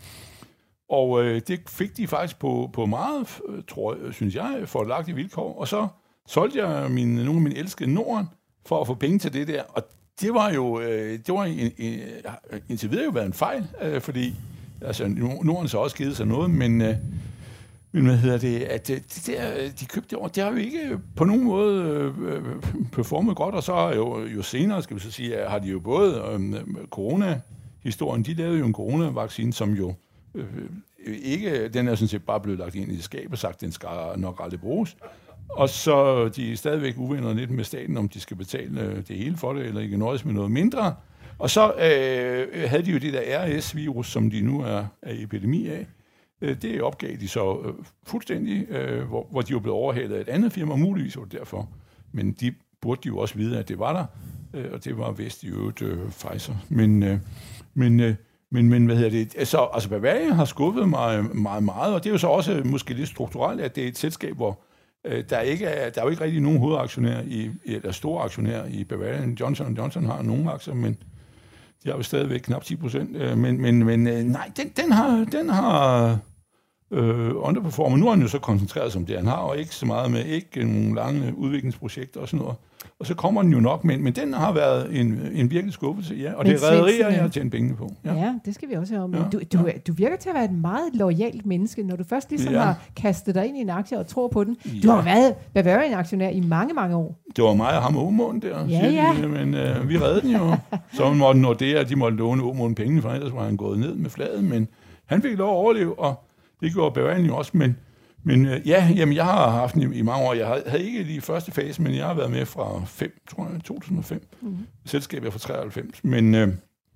Og øh, det fik de faktisk på, på meget, tror jeg, synes jeg, fordelagtige vilkår. Og så solgte jeg min, nogle af mine elskede Norden for at få penge til det der. Og det var jo, øh, det var en, en, indtil videre jo været en fejl, øh, fordi altså, Norden så også givet sig noget, men, øh, men hvad hedder det, at det der, de købte det over, det har jo ikke på nogen måde øh, performet godt, og så jo, jo senere, skal vi så sige, har de jo både øh, corona-historien, de lavede jo en coronavaccine, som jo øh, ikke, den er sådan set bare blevet lagt ind i et skab og sagt, den skal nok aldrig bruges. Og så de er stadigvæk uvenner lidt med staten, om de skal betale det hele for det, eller ikke nøjes med noget mindre. Og så øh, havde de jo det der R S-virus, som de nu er, er epidemi af. Øh, det opgav de så øh, fuldstændig, øh, hvor, hvor de jo blev overhalet af et andet firma, muligvis var det derfor. Men de burde de jo også vide, at det var der, øh, og det var vist i øvrigt øh, Pfizer. Men, øh, men, øh, men, men hvad hedder det? Altså, altså Bavaria har skuffet mig meget, meget, og det er jo så også måske lidt strukturelt, at det er et selskab, hvor Der, ikke er, der er jo ikke rigtig nogen hovedaktionærer, i, eller store aktionærer i Bavarian. Johnson and Johnson har nogle aktier, men de har jo stadigvæk knap ti procent. Men, men, men nej, den, den har, den har øh, underperformet. Nu har han jo så koncentreret sig om det, han har, og ikke så meget med ikke nogle lange udviklingsprojekter og sådan noget. Og så kommer den jo nok, men, men den har været en, en virkelig skuffelse, ja. Og men det er rederier, jeg har tjent penge på.
Ja. ja, det skal vi også høre om. Ja, du, du, ja. du virker til at være et meget loyalt menneske, når du først ligesom ja. har kastet dig ind i en aktie og tror på den. Du ja. har været Bavarian-aktionær i mange, mange år.
Det var mig og ham og Åmåen der,
ja, ja.
De, men øh, vi reddede den jo. Så måtte Nordea, de måtte låne Åmåen pengene, for ellers var han gået ned med fladen, men han fik lov at overleve, og det gjorde Bavarian jo også, men Men øh, ja, jamen, jeg har haft den i, i mange år. Jeg havde ikke lige i første fase, men jeg har været med fra fem, tror jeg, to tusind og fem. Mm-hmm. Selskabet er fra treoghalvfems. Men, øh,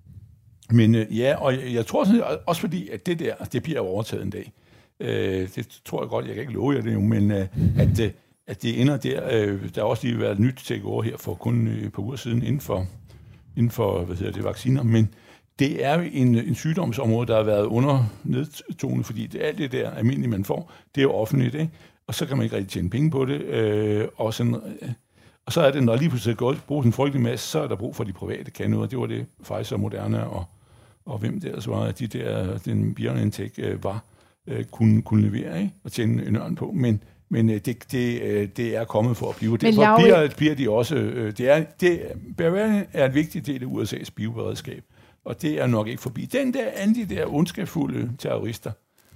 men øh, ja, og jeg, jeg tror sådan, også fordi, at det der, det bliver overtaget en dag. Øh, det tror jeg godt, jeg kan ikke love jer det jo, men øh, at, øh, at det ender der. Øh, der har også lige været nyt takeover her for kun et par uger siden inden for, inden for hvad hedder det, vacciner, men det er en, en sygdomsområde, der har været under nedtonet, fordi det, alt det der almindeligt, man får, det er jo offentligt, ikke? Og så kan man ikke rigtig tjene penge på det. Øh, og, sådan, øh, og så er det, når lige pludselig går bruges en frygtelig masse, så er der brug for de private kanoder. Det var det Pfizer, Moderna og, og hvem der så var, at de der, den BioNTech øh, var, øh, kunne, kunne levere, ikke? Og tjene en ørn på. Men Men øh, det, det, øh, det er kommet for at blive. Derfor bliver, bliver de også... Øh, det er, det, Bavarian er en vigtig del af U S A's bioberedskab. Og det er nok ikke forbi. Den der, alle de der ondskabsfulde terrorister,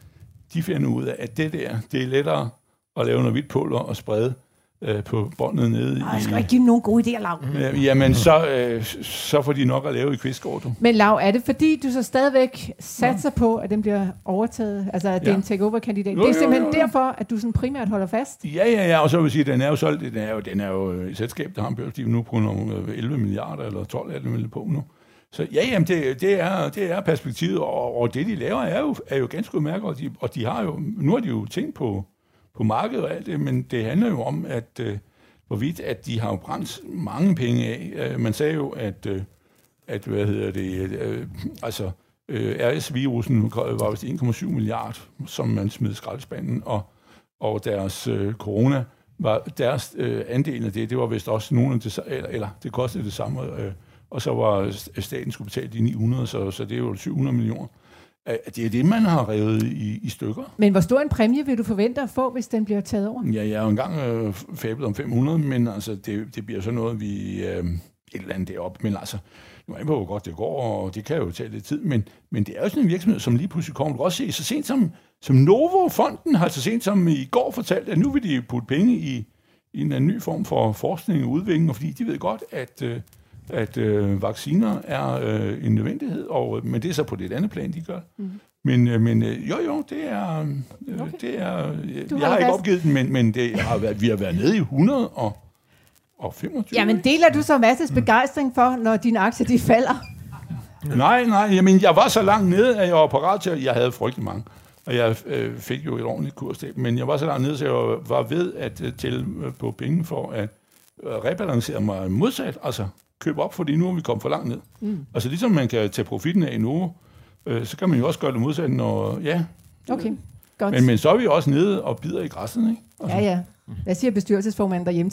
de finder ud af, at det der, det er lettere at lave noget hvidt pulver og sprede øh, på båndet nede.
Ej, jeg skal ikke give dem nogen gode idéer, Lav.
Øh, jamen, så, øh, så får de nok at lave i Kvistgård.
Men Lav, er det fordi, du så stadigvæk satser på, at den bliver overtaget? Altså, at det er en takeover-kandidat? Det er simpelthen jo, jo, jo. derfor, at du sådan primært holder fast?
Ja, ja, ja. Og så vil jeg sige, at den er jo solgt. Den er jo, den er jo et selskab, der har en børstiv nu på nogle elleve milliarder eller tolv milliarder på nu. Så ja, jamen det, det, er, det er perspektivet, og, og det, de laver, er jo, er jo ganske udmærket, og de, og de har jo, nu har de jo tænkt på, på markedet og alt det, men det handler jo om, at øh, hvorvidt, at de har jo brændt mange penge af. Øh, man sagde jo, at, øh, at hvad hedder det, øh, altså øh, R S-virusen var vist en komma syv milliarder, som man smed skraldespanden, og, og deres øh, corona, var deres øh, andel af det, det var vist også nogen af det, eller, eller det kostede det samme, øh, og så var staten skulle betale de ni hundrede, så, så det er jo syv hundrede millioner. Det er det, man har revet i, i stykker.
Men hvor stor en præmie vil du forvente at få, hvis den bliver taget over?
Ja, jeg har jo engang øh, fablet om fem hundrede, men altså, det, det bliver så noget, vi øh, et eller andet deroppe. Men altså, nu er jeg på, hvor godt det går, og det kan jo tage lidt tid, men, men det er jo sådan en virksomhed, som lige pludselig kommer. Du kan også se, så sent som, som Novo-fonden har så sent som i går fortalt, at nu vil de putte penge i, i en ny form for forskning og udvikling, fordi de ved godt, at øh, at øh, vacciner er øh, en nødvendighed, og, men det er så på det andet plan, de gør. Mm. Men, øh, men øh, jo, jo, det er... Øh, okay. det er jeg, jeg har ikke opgivet den, men, men det har været, vi har været nede i hundrede og femogtyve.
Jamen, deler du så Masses begejstring for, når dine aktier de falder?
Nej, nej, jamen, jeg var så langt nede, at jeg var parat til, at jeg havde frygtelig mange. Og jeg øh, fik jo et ordentligt kurstab, men jeg var så langt nede, så jeg var ved at øh, tælle på penge for at øh, rebalancere mig modsat, altså købe op, fordi nu er vi kommet for langt ned. Mm. Altså ligesom man kan tage profitten af nu, øh, så kan man jo også gøre det modsat, når, ja.
Okay, godt.
Men, men så er vi også nede og bider i græsset, ikke? Altså.
Ja, ja. Hvad siger bestyrelsesformanden derhjemme til det?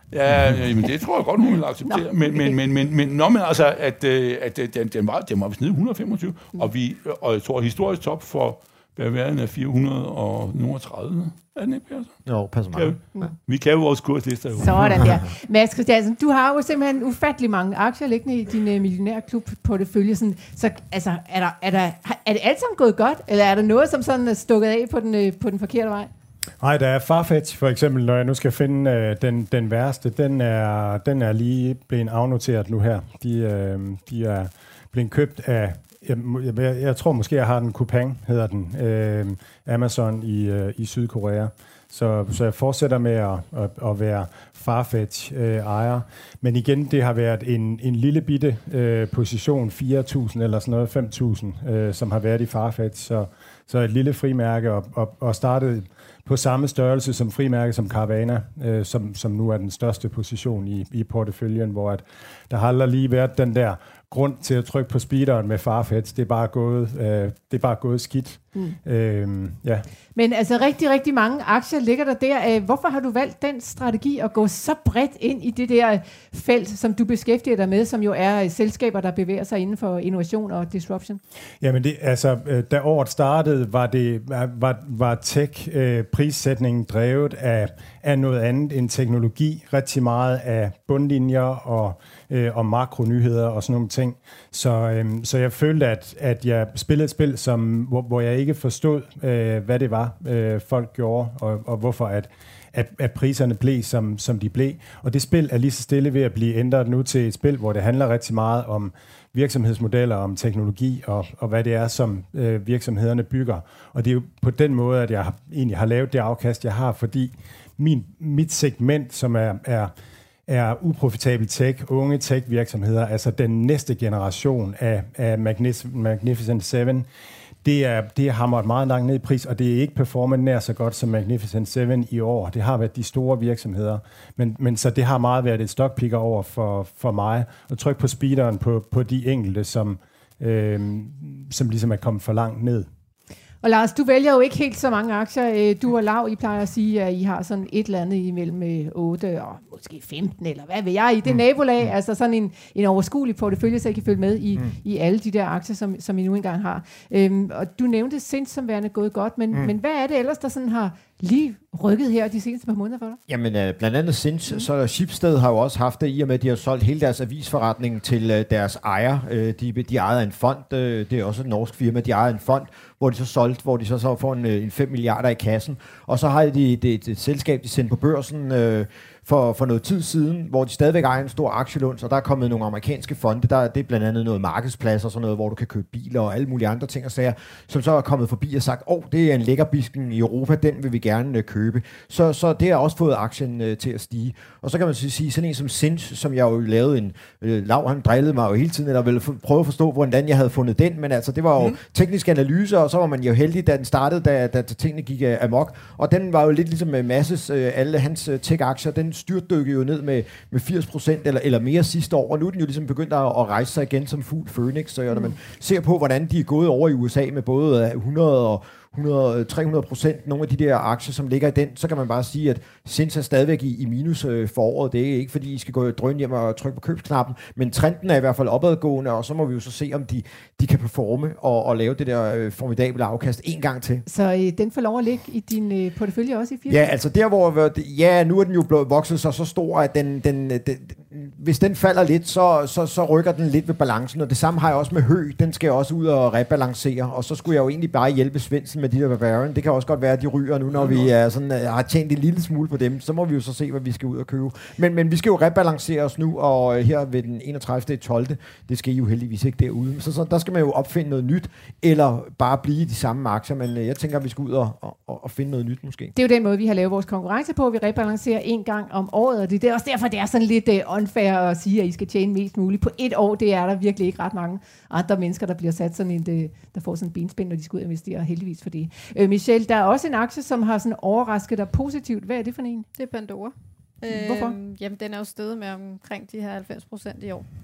Ja, men det tror jeg godt, hun vil acceptere. Nå, men, men, men, men, men, nå, men altså, at, at den, den var, den var vist nede et hundrede og femogtyve, mm. og, vi, og jeg tror, historisk top for Bavarian er fire hundrede og tredive. Er den ikke, Peter?
Jo, pas meget.
Ja. Vi kan jo vores kurslister. Jo.
Sådan der. Mads Christiansen, du har jo simpelthen ufattelig mange aktier liggende i din uh, millionærklub-portefølje. Sådan, så altså, er, der, er, der, er det alt sammen gået godt, eller er der noget, som sådan er stukket af på den, uh, på den forkerte vej?
Nej, der er Farfetch for eksempel, når jeg nu skal finde øh, den, den værste, den er, den er lige blevet afnoteret nu her. De, øh, de er blevet købt af, jeg, jeg, jeg tror måske, jeg har den, Coupang hedder den, øh, Amazon i, øh, i Sydkorea. Så, så jeg fortsætter med at, at, at være Farfetch-ejer. Øh, Men igen, det har været en, en lille bitte øh, position, fire tusind eller sådan noget, fem tusind, øh, som har været i Farfetch. Så, så et lille frimærke og, og, og startede på samme størrelse som frimærke som Caravana, øh, som, som nu er den største position i, i porteføljen, hvor at der har aldrig lige været den der grund til at trykke på speederen med Farfetch. Det er bare gået, øh, det er bare gået skidt. Mm. Øhm, ja.
Men altså rigtig, rigtig mange aktier ligger der der. Hvorfor har du valgt den strategi at gå så bredt ind i det der felt, som du beskæftiger dig med, som jo er selskaber, der bevæger sig inden for innovation og disruption?
Jamen det, altså, da året startede, var det var, var tech-prissætningen drevet af, af noget andet end teknologi. Rigtig meget af bundlinjer og, øh, og makronyheder og sådan nogle ting. Så, øh, så jeg følte, at, at jeg spillede et spil, som, hvor, hvor jeg ikke forstod, øh, hvad det var, øh, folk gjorde, og, og hvorfor at, at, at priserne blev, som, som de blev. Og det spil er lige så stille ved at blive ændret nu til et spil, hvor det handler rigtig meget om virksomhedsmodeller, om teknologi og, og hvad det er, som øh, virksomhederne bygger. Og det er jo på den måde, at jeg har, egentlig har lavet det afkast, jeg har, fordi min, mit segment, som er, er er uprofitabel tech, unge tech-virksomheder, altså den næste generation af, af Magnificent Seven, det er, det er hamret meget langt ned i pris, og det er ikke performet nær så godt som Magnificent Seven i år. Det har været de store virksomheder, men, men så det har meget været et stockpicker over for, for mig, og tryk på speederen på, på de enkelte, som, øh, som ligesom er kommet for langt ned.
Og Lars, du vælger jo ikke helt så mange aktier. Du og Lav, I plejer at sige, at I har sådan et eller andet imellem otte og måske femten, eller hvad ved jeg, i det mm. nabolag. Mm. Altså sådan en, en overskuelig portefølje, så I kan følge med i, mm. i alle de der aktier, som, som I nu engang har. Øhm, og du nævnte Sinch som værende gået godt, men, mm. men hvad er det ellers, der sådan har lige rykket her de seneste par måneder for dig?
Jamen, øh, blandt andet Sinch, mm. så Schibsted har jo også haft det, i og med, at de har solgt hele deres avisforretning til øh, deres ejer. Øh, de, de ejer en fond, øh, det er også et norsk firma, de ejer en fond, hvor de så solgt, hvor de så, så får en, en fem milliarder i kassen. Og så har de det, et, et selskab, de sendte på børsen øh, for, for noget tid siden, hvor de stadigvæk ejer en stor aktielån, og der er kommet nogle amerikanske fonde, der det er blandt andet noget markedsplads og sådan noget, hvor du kan købe biler og alle mulige andre ting og sager, som så er kommet forbi og sagt, åh, oh, det er en lækkerbisken i Europa, den vil vi gerne øh, købe. Så, så det har også fået aktien øh, til at stige. Og så kan man sige, sådan en som Sinch, som jeg jo lavede en, øh, Lav, han drillede mig jo hele tiden, eller ville prøve at forstå, hvordan jeg havde fundet den, men altså, det var jo mm. teknisk analyse, og så var man jo heldig, da den startede, da, da tingene gik uh, amok. Og den var jo lidt ligesom med Masses, uh, alle hans uh, tech-aktier, den styrtdykkede jo ned med, med firs procent eller, eller mere sidste år, og nu er den jo ligesom begyndt at, at rejse sig igen som fugl Phoenix. Så når man ser på, hvordan de er gået over i U S A med både hundrede og hundrede, tre hundrede procent, nogle af de der aktier, som ligger i den, så kan man bare sige, at Sinch er stadigvæk i, i minus øh, for året. Det er ikke, fordi I skal gå drøn hjem og trykke på købsknappen, men trenden er i hvert fald opadgående, og så må vi jo så se, om de, de kan performe og, og lave det der øh, formidable afkast en gang til.
Så øh, den får lov at ligge i din øh, portefølje også i firs?
Ja, altså der, hvor ja, nu er den jo blevet vokset sig så stor, at den, den, den, hvis den falder lidt, så, så, så rykker den lidt ved balancen, og det samme har jeg også med Hø. Den skal også ud og rebalancere, og så skulle jeg jo egentlig bare hjælpe Svendsen med de der Bavarian. Det kan også godt være, at de ryger nu, når vi er sådan, har tjent en lille smule på dem. Så må vi jo så se, hvad vi skal ud og købe. Men, men vi skal jo rebalancere os nu, og her ved den enogtredivte tolvte det skal I jo heldigvis ikke derude. Så, så der skal man jo opfinde noget nyt, eller bare blive i de samme aktier. Men jeg tænker, at vi skal ud og, og, og finde noget nyt måske.
Det er jo den måde, vi har lavet vores konkurrence på. Vi rebalancerer en gang om året, og det er også derfor, det er sådan lidt uh, unfair at sige, at I skal tjene mest muligt. På et år, det er der virkelig ikke ret mange andre mennesker, der bliver sat sådan en, der får sådan en benspænd, når de skal ud og investere, heldigvis for det. Øh, Michelle, der er også en aktie, som har sådan overrasket dig positivt. Hvad er det for en?
Det er Pandora.
Hvorfor?
Øh, jamen, den er jo steget med omkring de her halvfems procent i år.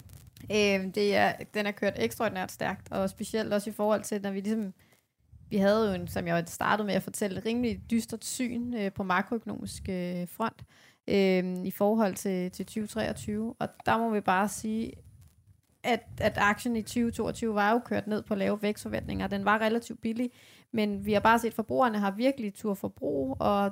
Øh, det er, den er kørt ekstraordinært stærkt, og specielt også i forhold til, når vi ligesom, vi havde jo en, som jeg startede med at fortælle, rimelig dystert syn øh, på makroøkonomisk øh, front. øh, i forhold til, til tyve treogtyve. Og der må vi bare sige, at, at aktien i tyve toogtyve var jo kørt ned på lave vækstforventninger. Den var relativt billig, men vi har bare set, at forbrugerne har virkelig tur forbrug, og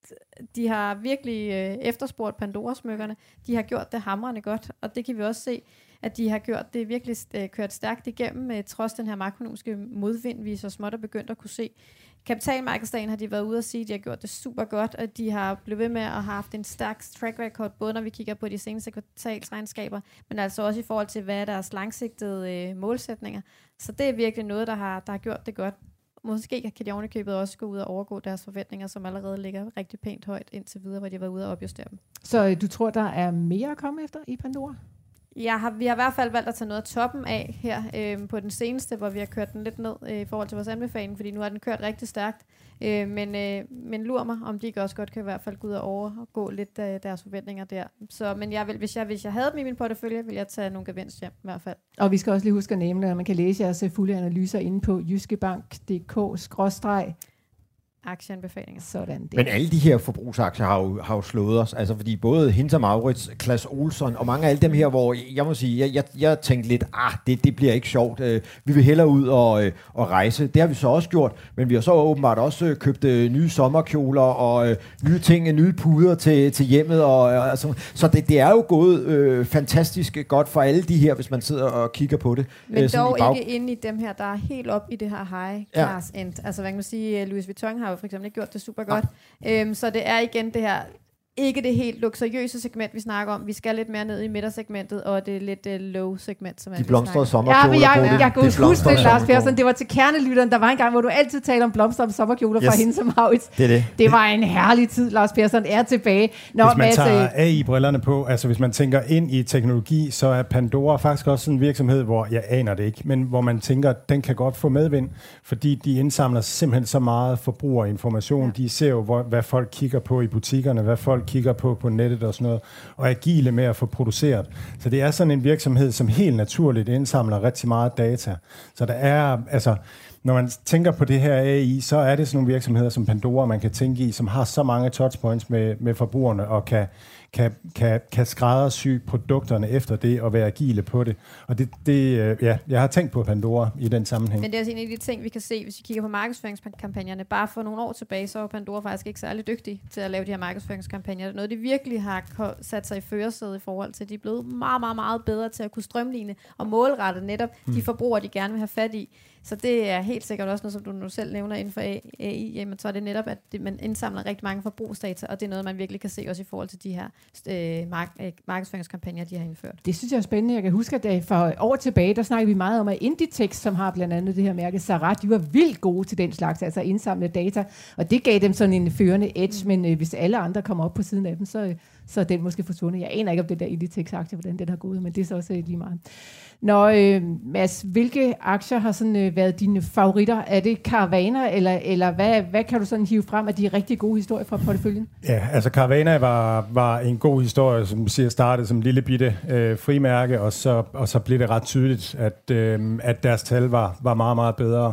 de har virkelig øh, efterspurgt Pandora-smykkerne. De har gjort det hamrende godt, og det kan vi også se, at de har gjort det virkelig øh, kørt stærkt igennem, med trods den her makroøkonomiske modvind, vi så småt er begyndt at kunne se. Kapitalmarkedsdagen har de været ude at sige, at de har gjort det super godt, og de har blevet ved med at have haft en stærk track record, både når vi kigger på de seneste kvartalsregnskaber, men altså også i forhold til, hvad er deres langsigtede øh, målsætninger. Så det er virkelig noget, der har, der har gjort det godt. Måske kan de ovenikøbet også gå ud og overgå deres forventninger, som allerede ligger rigtig pænt højt indtil videre, hvor de har været ude og opjustere dem.
Så øh, du tror, der er mere at komme efter i Pandora?
Jeg har, vi har i hvert fald valgt at tage noget af toppen af her øh, på den seneste, hvor vi har kørt den lidt ned øh, i forhold til vores anbefaling, fordi nu har den kørt rigtig stærkt. Øh, men, øh, men lurer mig, om de ikke også godt kan i hvert fald gå ud og overgå lidt af deres forventninger der. Så, men jeg vil, hvis, jeg, hvis jeg havde dem i min portefølje, ville jeg tage nogle gevinst hjem i hvert fald.
Og vi skal også lige huske at nævne, at man kan læse jeres fulde analyser inde på jyskebank punktum d k skråstreg
aktieanbefalinger.
Sådan det.
Men alle de her forbrugsaktier har jo, har jo slået os, altså fordi både Hinter Maurits, Claes Olsson og mange af alle dem her, hvor jeg må sige, jeg, jeg, jeg tænkte lidt, ah, det, det bliver ikke sjovt, vi vil hellere ud og, og rejse. Det har vi så også gjort, men vi har så åbenbart også købt nye sommerkjoler og øh, nye ting, nye puder til, til hjemmet. Og, altså, så det, det er jo gået øh, fantastisk godt for alle de her, hvis man sidder og kigger på det.
Men
øh,
dog
bag...
ikke inde i dem her, der er helt op i det her high class ja. end. Altså hvad kan man sige, Louis Vuitton har for eksempel ikke gjort det super godt. Ja. Øhm, så det er igen det her, ikke det helt luksuriøse segment, vi snakker om. Vi skal lidt mere ned i midtersegmentet, og det er lidt uh, low segment, som
de blomstrede sommerkjoler.
Ja, men jeg, jeg, jeg kan huske det, Lars Persson. Det var til kernelytteren. Der var en gang, hvor du altid taler om blomstrede sommerkjoler yes. fra Hinter Maurits.
Det, det.
det var en herlig tid, Lars Persson er tilbage. Nå,
hvis man
masse...
tager A I-brillerne på, altså hvis man tænker ind i teknologi, så er Pandora faktisk også en virksomhed, hvor jeg aner det ikke, men hvor man tænker, at den kan godt få medvind, fordi de indsamler simpelthen så meget forbrugerinformation. Ja. De ser jo, hvor, hvad folk kigger på i butikkerne, hvad folk kigger på på nettet og sådan noget, og agile med at få produceret. Så det er sådan en virksomhed, som helt naturligt indsamler rigtig meget data. Så der er, altså, når man tænker på det her A I, så er det sådan nogle virksomheder som Pandora, man kan tænke i, som har så mange touchpoints med, med forbrugerne, og kan, kan, kan, kan skræddersy produkterne efter det, og være agile på det. Og det, det, ja, jeg har tænkt på Pandora i den sammenhæng.
Men det er også en af de ting, vi kan se, hvis vi kigger på markedsføringskampagnerne. Bare for nogle år tilbage, så var Pandora faktisk ikke særlig dygtig til at lave de her markedsføringskampagner. Noget, de virkelig har sat sig i førersædet i forhold til. De er blevet meget, meget, meget bedre til at kunne strømline og målrette netop hmm. de forbrugere, de gerne vil have fat i. Så det er helt sikkert også noget, som du nu selv nævner inden for A I. Jamen, så er det netop, at det, man indsamler rigtig mange forbrugsdata, og det er noget, man virkelig kan se også i forhold til de her øh, mark- markedsføringskampagner, de har indført.
Det synes jeg er spændende. Jeg kan huske, at for år tilbage, der snakkede vi meget om, at Inditex, som har blandt andet det her mærke Sarat, de var vildt gode til den slags, altså indsamle data, og det gav dem sådan en førende edge, men øh, hvis alle andre kommer op på siden af dem, så, så er den måske forsvundet. Jeg aner ikke, om det der Inditex-aktie, hvordan den har gået, men det er så også lige meget. Nå, øh, Mads, hvilke aktier har sådan øh, været dine favoritter? Er det Carvana, eller, eller hvad, hvad kan du sådan hive frem af de rigtig gode historier fra porteføljen?
Ja, altså Carvana var, var en god historie, som siger startede som en lille bitte øh, frimærke, og så, og så blev det ret tydeligt, at, øh, at deres tal var, var meget, meget bedre.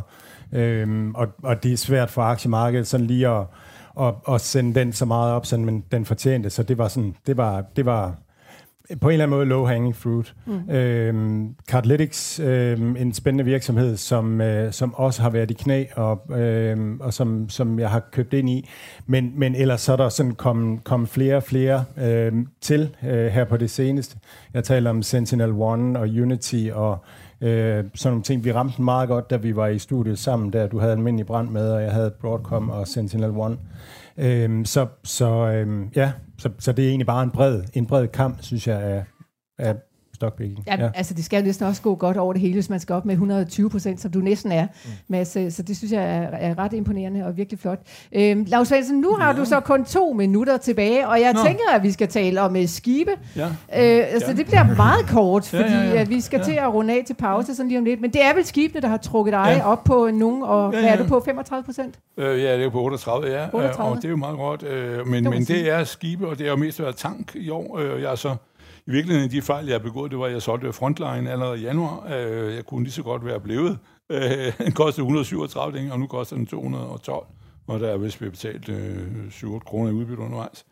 Øh, og, og det er svært for aktiemarkedet sådan lige at, at, at sende den så meget op, som den fortjente. Så det var sådan, det var, det var på en eller anden måde low-hanging fruit. Mm. Øhm, Cardlytics, øhm, en spændende virksomhed, som, øh, som også har været i knæ, og, øh, og som, som jeg har købt ind i. Men, men ellers så er der sådan kommet kom flere og flere øh, til øh, her på det seneste. Jeg taler om Sentinel One og Unity og øh, sådan nogle ting. Vi ramte den meget godt, da vi var i studiet sammen, der du havde Almindelig Brand med, og jeg havde Broadcom og Sentinel One. Øhm, så så øhm, ja, så, så det er egentlig bare en bred, en bred kamp, synes jeg, af, af stockpicking.
Ja, ja, altså det skal jo næsten også gå godt over det hele, hvis man skal op med et hundrede og tyve procent, som du næsten er. Mm. Men, så, så det synes jeg er, er ret imponerende og virkelig flot. Øhm, Lars Svendsen, nu har ja. du så kun to minutter tilbage, og jeg Nå. tænker, at vi skal tale om uh, skibe. Ja. Øh, altså ja. det bliver meget kort, fordi ja, ja, ja. At vi skal ja. til at runde af til pause sådan lige om lidt. Men det er vel skibene, der har trukket dig ja. op på nogen, og ja, ja. hvad er du på, femogtredive procent?
Øh, ja, det er på otteogtredive, ja. otteogtredive. Og det er jo meget godt. Øh, men, men det er skibe, og det er jo mest været tank i år. Øh, jeg er så I virkeligheden, de fejl, jeg har begået, det var, at jeg solgte Frontline allerede i januar. Jeg kunne lige så godt være blevet. Den kostede et hundrede og syvogtredive, og nu koster den to hundrede og tolv, og der er vist blevet betalt syv otte kroner i udbytte undervejs.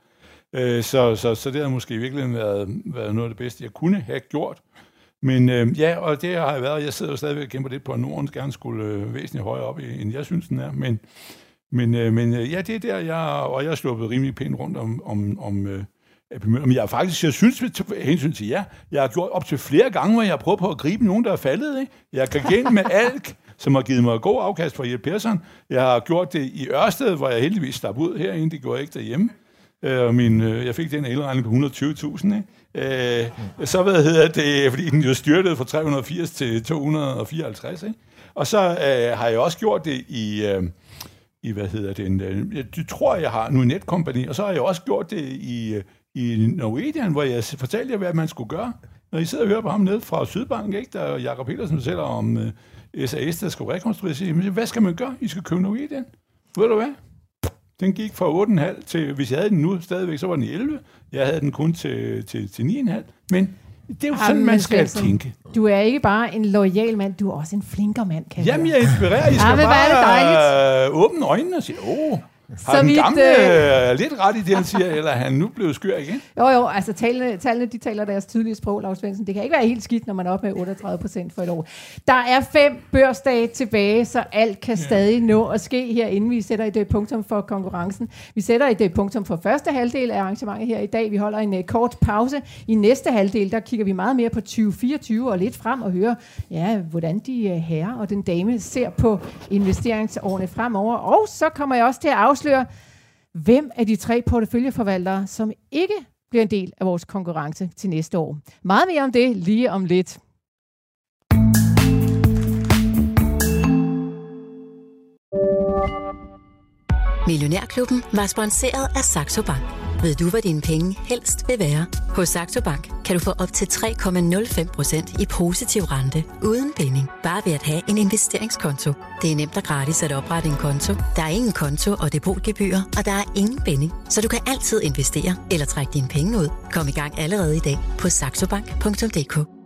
Øh, så, så, så det har måske virkelig været, været noget af det bedste, jeg kunne have gjort. Men øh, ja, og det har jeg været, jeg sidder jo stadigvæk og kæmper lidt på, at Norden gerne skulle øh, væsentligt højere op, end jeg synes, den er. Men, men, øh, men øh, ja, det er der, jeg, og jeg har sluppet rimelig pænt rundt om, om, om øh, A P Møller. Men jeg faktisk, jeg synes, hensyn til jer, jeg har gjort op til flere gange, hvor jeg har prøvet på at gribe nogen, der er faldet. Ikke? Jeg kan gænge med Alk, som har givet mig god afkast fra Jeppe Persson. Jeg har gjort det i Ørsted, hvor jeg heldigvis slap ud herinde. Det gjorde jeg ikke derhjemme. Øh, min, øh, jeg fik den elregning på et hundrede og tyve tusind. Øh, så hvad hedder det, fordi den jo styrtede fra tre hundrede og firs til to hundrede og fireoghalvtreds. Ikke? Og så øh, har jeg også gjort det i, øh, i hvad hedder det, en, øh, jeg tror, jeg har nu Netcompany, og så har jeg også gjort det i, i Norwegian, hvor jeg fortalte jer, hvad man skulle gøre. Når I sidder og hører på ham ned fra Sydbank, ikke, der Jakob Petersen fortæller om øh, S A S, der skal rekonstrueres. Hvad skal man gøre? I skal købe Norwegian. Ved du hvad? Den gik fra otte komma fem til, hvis jeg havde den nu stadigvæk, så var den i elleve. Jeg havde den kun til, til, til ni komma fem. Men det er jo sådan, man skal tænke.
Du er ikke bare en loyal mand, du er også en flinker mand, kan
Jamen, jeg inspirerer. I skal
ja,
bare øh, åbne øjnene og sige, åh, har så den gamle øh... lidt ret i det, han siger, eller er han nu blevet skyr igen?
Jo, jo, altså tallene, tallene de taler deres tydelige sprog, Lars Svendsen. Det kan ikke være helt skidt, når man er oppe med otteogtredive procent for et år. Der er fem børsdage tilbage, så alt kan ja. stadig nå at ske her, inden vi sætter et punktum for konkurrencen. Vi sætter et punktum for første halvdel af arrangementet her i dag. Vi holder en uh, kort pause. I næste halvdel, der kigger vi meget mere på tyve fireogtyve og lidt frem og hører, ja, hvordan de uh, herrer og den dame ser på investeringsårene fremover. Og så kommer jeg også til at afsløre, hvem af de tre porteføljeforvaltere, som ikke bliver en del af vores konkurrence til næste år. Meget mere om det lige om lidt.
Millionærklubben var sponsoreret af Saxo Bank. Ved du, hvad dine penge helst vil være? Hos Saxo Bank kan du få op til tre komma nul fem procent i positiv rente uden binding. Bare ved at have en investeringskonto. Det er nemt og gratis at oprette en konto. Der er ingen konto og depotgebyrer, og der er ingen binding. Så du kan altid investere eller trække dine penge ud. Kom i gang allerede i dag på saxobank punktum d k.